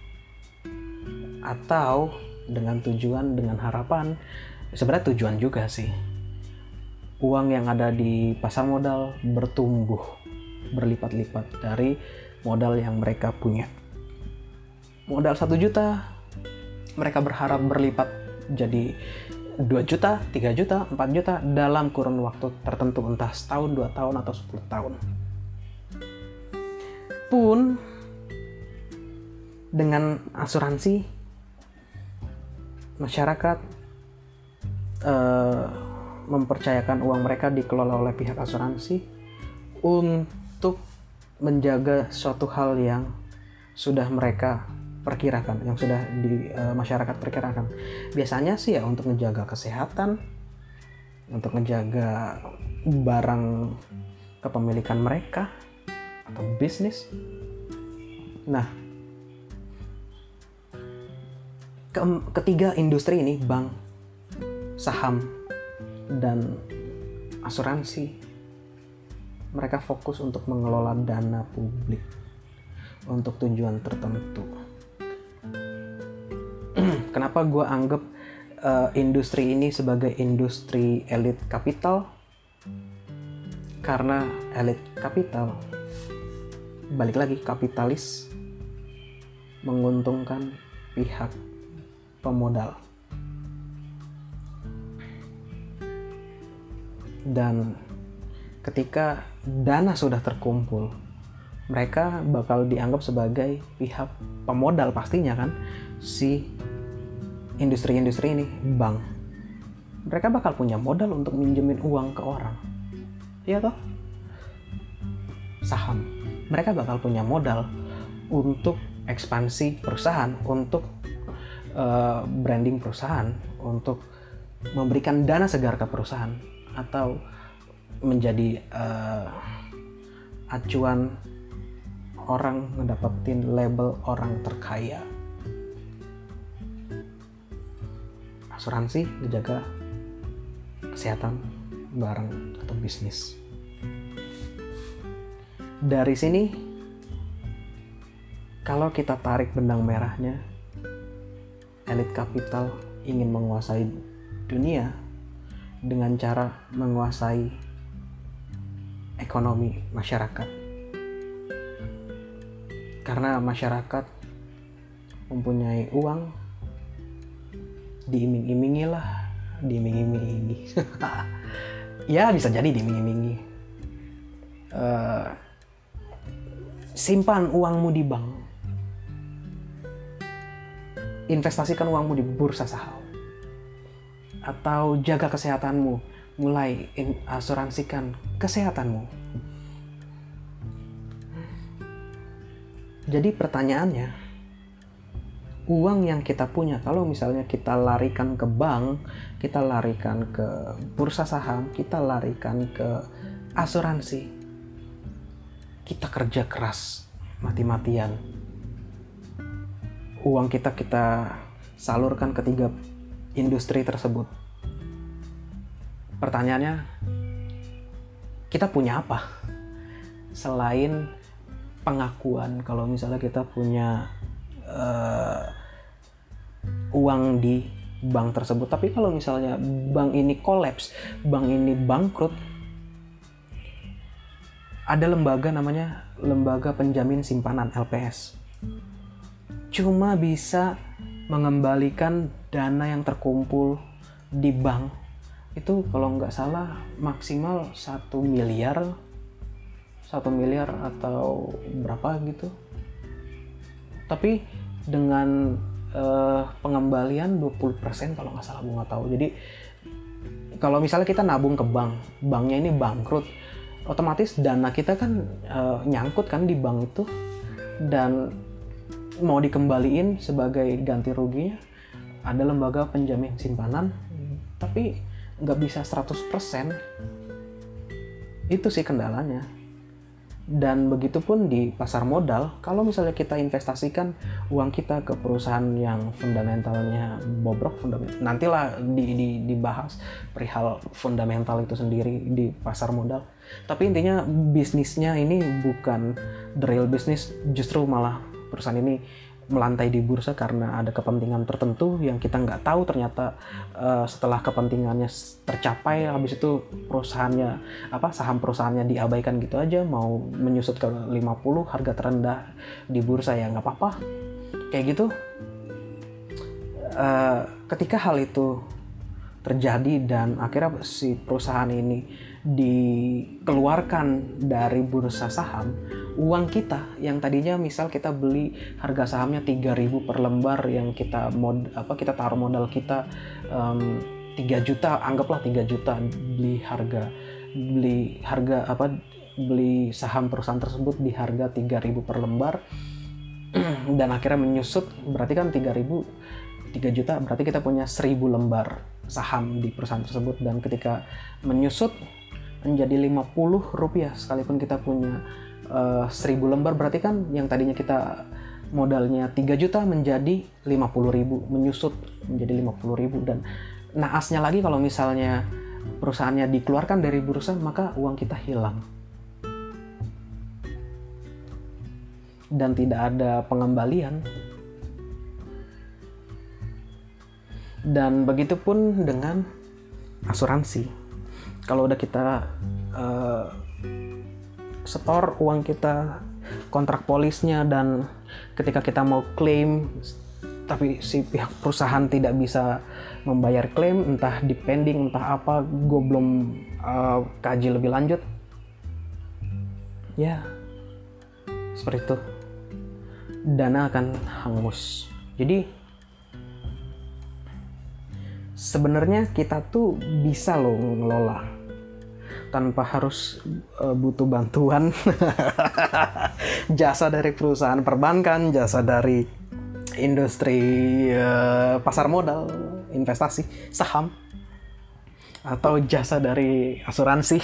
Atau dengan harapan, sebenarnya tujuan juga sih, uang yang ada di pasar modal bertumbuh berlipat-lipat dari modal yang mereka punya. Modal 1 juta, mereka berharap berlipat jadi 2 juta, 3 juta, 4 juta dalam kurun waktu tertentu, entah setahun, 2 tahun, atau 10 tahun. Pun dengan asuransi, masyarakat mempercayakan uang mereka dikelola oleh pihak asuransi untuk menjaga suatu hal yang sudah mereka perkirakan, yang sudah di masyarakat perkirakan. Biasanya sih ya untuk menjaga kesehatan, untuk menjaga barang kepemilikan mereka atau bisnis. Nah, ketiga industri ini, bank, saham, dan asuransi, mereka fokus untuk mengelola dana publik untuk tujuan tertentu. Kenapa gue anggap industri ini sebagai industri elit kapital? Karena elit kapital, balik lagi, kapitalis, menguntungkan pihak pemodal. Dan ketika dana sudah terkumpul, mereka bakal dianggap sebagai pihak pemodal pastinya kan, si industri-industri ini, bank. Mereka bakal punya modal untuk minjemin uang ke orang. Iya toh? Saham. Mereka bakal punya modal untuk ekspansi perusahaan, untuk branding perusahaan, untuk memberikan dana segar ke perusahaan, atau menjadi acuan orang ngedapetin label orang terkaya. Asuransi menjaga kesehatan barang atau bisnis. Dari sini, kalau kita tarik benang merahnya, elit kapital ingin menguasai dunia dengan cara menguasai ekonomi masyarakat. Karena masyarakat mempunyai uang, diiming-imingi. Ya bisa jadi diiming-imingi. Simpan uangmu di bank. investasikan uangmu di bursa saham. Atau jaga kesehatanmu, mulai asuransikan kesehatanmu. Jadi pertanyaannya, uang yang kita punya, kalau misalnya kita larikan ke bank, kita larikan ke bursa saham, kita larikan ke asuransi, kita kerja keras, mati-matian, uang kita salurkan ke 3 industri tersebut. Pertanyaannya, kita punya apa? Selain pengakuan kalau misalnya kita punya uang di bank tersebut. Tapi kalau misalnya bank ini kolaps, bank ini bangkrut, ada lembaga namanya Lembaga Penjamin Simpanan LPS. Cuma bisa mengembalikan dana yang terkumpul di bank itu kalau nggak salah maksimal 1 miliar atau berapa gitu. Tapi dengan pengembalian 20% kalau nggak salah, gue nggak tahu. Jadi kalau misalnya kita nabung ke bank, banknya ini bangkrut, otomatis dana kita kan nyangkut kan di bank itu, dan mau dikembaliin sebagai ganti ruginya ada lembaga penjamin simpanan, tapi nggak bisa 100%. Itu sih kendalanya. Dan begitupun di pasar modal, kalau misalnya kita investasikan uang kita ke perusahaan yang fundamentalnya bobrok, nantilah dibahas perihal fundamental itu sendiri di pasar modal. Tapi intinya bisnisnya ini bukan the real business, justru malah perusahaan ini melantai di bursa karena ada kepentingan tertentu yang kita nggak tahu. Ternyata setelah kepentingannya tercapai, habis itu perusahaannya saham perusahaannya diabaikan gitu aja, mau menyusut ke 50 harga terendah di bursa, ya nggak apa-apa kayak gitu. Ketika hal itu terjadi dan akhirnya si perusahaan ini dikeluarkan dari bursa saham, uang kita yang tadinya misal kita beli harga sahamnya 3.000 per lembar, yang kita taruh modal kita 3 juta, anggaplah 3 juta, beli saham perusahaan tersebut di harga 3.000 per lembar, dan akhirnya menyusut, berarti kan 3 juta, berarti kita punya 1.000 lembar saham di perusahaan tersebut. Dan ketika menyusut menjadi Rp50, sekalipun kita punya 1.000 lembar, berarti kan yang tadinya kita modalnya 3 juta menjadi 50.000, menyusut menjadi 50.000. Dan naasnya lagi kalau misalnya perusahaannya dikeluarkan dari bursa, maka uang kita hilang dan tidak ada pengembalian. Dan begitupun dengan asuransi. Kalau udah kita setor uang kita, kontrak polisnya, dan ketika kita mau klaim tapi si pihak perusahaan tidak bisa membayar klaim, entah depending entah apa, gue belum kaji lebih lanjut, ya seperti itu, dana akan hangus. Jadi sebenarnya kita tuh bisa loh ngelola tanpa harus butuh bantuan jasa dari perusahaan perbankan, jasa dari industri pasar modal, investasi, saham, atau jasa dari asuransi.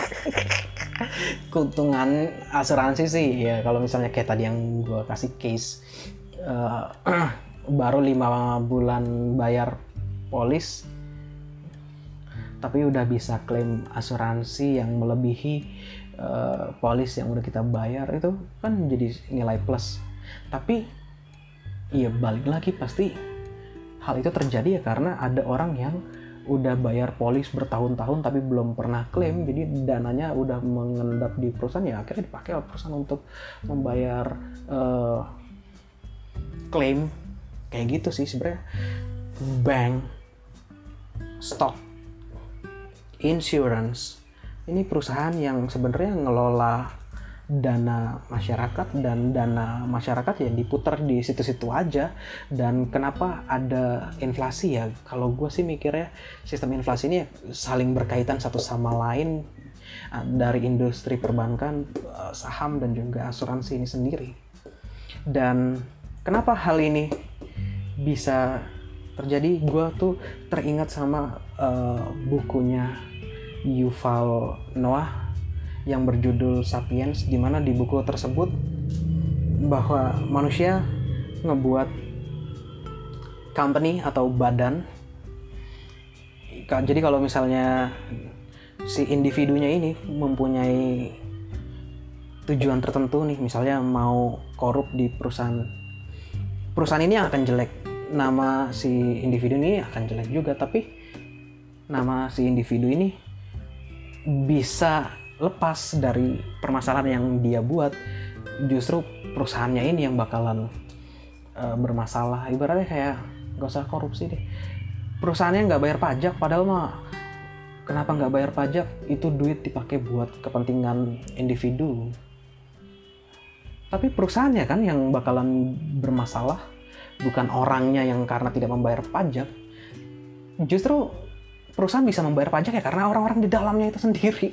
Keuntungan asuransi sih ya, kalau misalnya kayak tadi yang gue kasih case, baru 5 bulan bayar polis tapi udah bisa klaim asuransi yang melebihi polis yang udah kita bayar, itu kan jadi nilai plus. Tapi ya balik lagi, pasti hal itu terjadi ya karena ada orang yang udah bayar polis bertahun-tahun tapi belum pernah klaim, jadi dananya udah mengendap di perusahaan, ya akhirnya dipakai oleh perusahaan untuk membayar klaim. Kayak gitu sih sebenarnya. Bank, stock, insurance, ini perusahaan yang sebenarnya ngelola dana masyarakat, dan dana masyarakat ya diputar di situ-situ aja. Dan kenapa ada inflasi ya? Kalau gue sih mikirnya sistem inflasi ini saling berkaitan satu sama lain, dari industri perbankan, saham, dan juga asuransi ini sendiri. Dan kenapa hal ini bisa terjadi? Gue tuh teringat sama bukunya Yuval Noah yang berjudul Sapiens, di mana di buku tersebut bahwa manusia ngebuat company atau badan. Jadi kalau misalnya si individunya ini mempunyai tujuan tertentu nih, misalnya mau korup di perusahaan ini akan jelek, nama si individu ini akan jelek juga, tapi nama si individu ini bisa lepas dari permasalahan yang dia buat. Justru perusahaannya ini yang bakalan bermasalah. Ibaratnya kayak gak usah korupsi deh, perusahaannya nggak bayar pajak, padahal mah kenapa nggak bayar pajak? Itu duit dipakai buat kepentingan individu, tapi perusahaannya kan yang bakalan bermasalah, bukan orangnya yang karena tidak membayar pajak. Justru perusahaan bisa membayar pajak ya karena orang-orang di dalamnya itu sendiri.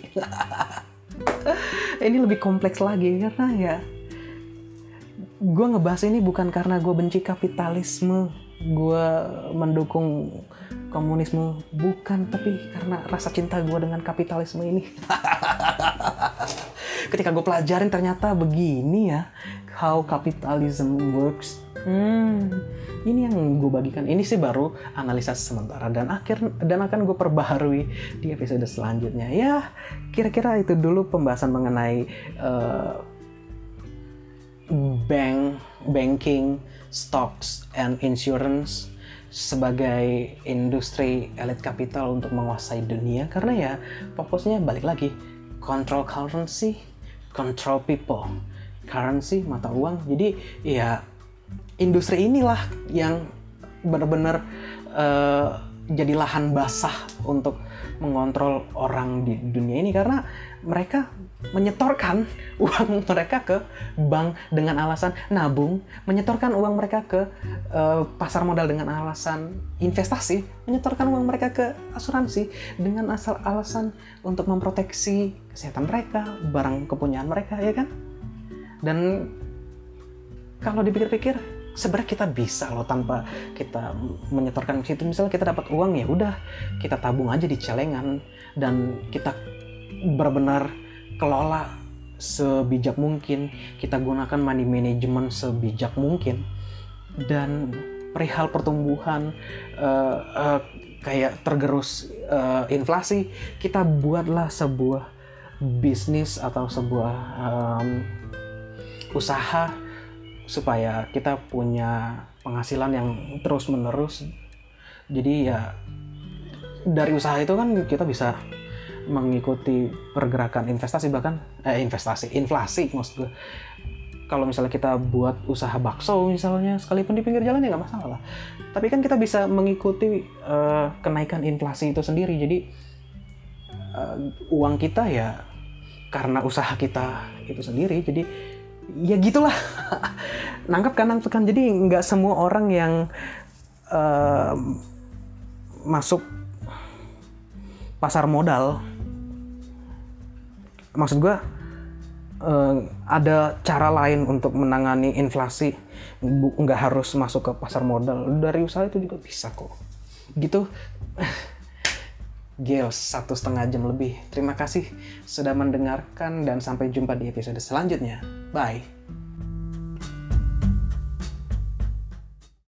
Ini lebih kompleks lagi, karena ya gue ngebahas ini bukan karena gue benci kapitalisme, gue mendukung komunisme, bukan, tapi karena rasa cinta gue dengan kapitalisme ini. Ketika gue pelajarin ternyata begini ya how capitalism works. Ini yang gue bagikan. Ini sih baru analisa sementara, dan akan gue perbaharui di episode selanjutnya. Ya, kira-kira itu dulu pembahasan mengenai banking, stocks, and insurance sebagai industri elit kapital untuk menguasai dunia. Karena ya fokusnya balik lagi, control currency, control people. Currency, mata uang. Jadi ya industri inilah yang benar-benar jadi lahan basah untuk mengontrol orang di dunia ini, karena mereka menyetorkan uang mereka ke bank dengan alasan nabung, menyetorkan uang mereka ke pasar modal dengan alasan investasi, menyetorkan uang mereka ke asuransi dengan alasan untuk memproteksi kesehatan mereka, barang kepunyaan mereka, ya kan? Dan kalau dipikir-pikir, sebenarnya kita bisa loh tanpa kita menyetorkan ke situ. Misalnya kita dapat uang, ya udah kita tabung aja di celengan, dan kita benar-benar kelola sebijak mungkin. Kita gunakan money management sebijak mungkin. Dan perihal pertumbuhan kayak tergerus inflasi, kita buatlah sebuah bisnis atau sebuah usaha supaya kita punya penghasilan yang terus menerus. Jadi ya dari usaha itu kan kita bisa mengikuti pergerakan investasi, bahkan inflasi maksud gue. Kalau misalnya kita buat usaha bakso misalnya, sekalipun di pinggir jalan ya nggak masalah, tapi kan kita bisa mengikuti kenaikan inflasi itu sendiri. Jadi uang kita ya karena usaha kita itu sendiri. Jadi ya gitulah. Nangkep kan. Jadi nggak semua orang yang masuk pasar modal, maksud gue ada cara lain untuk menangani inflasi, nggak harus masuk ke pasar modal. Dari usaha itu juga bisa kok. Gitu. Geos 1,5 jam lebih. Terima kasih sudah mendengarkan, dan sampai jumpa di episode selanjutnya. Bye.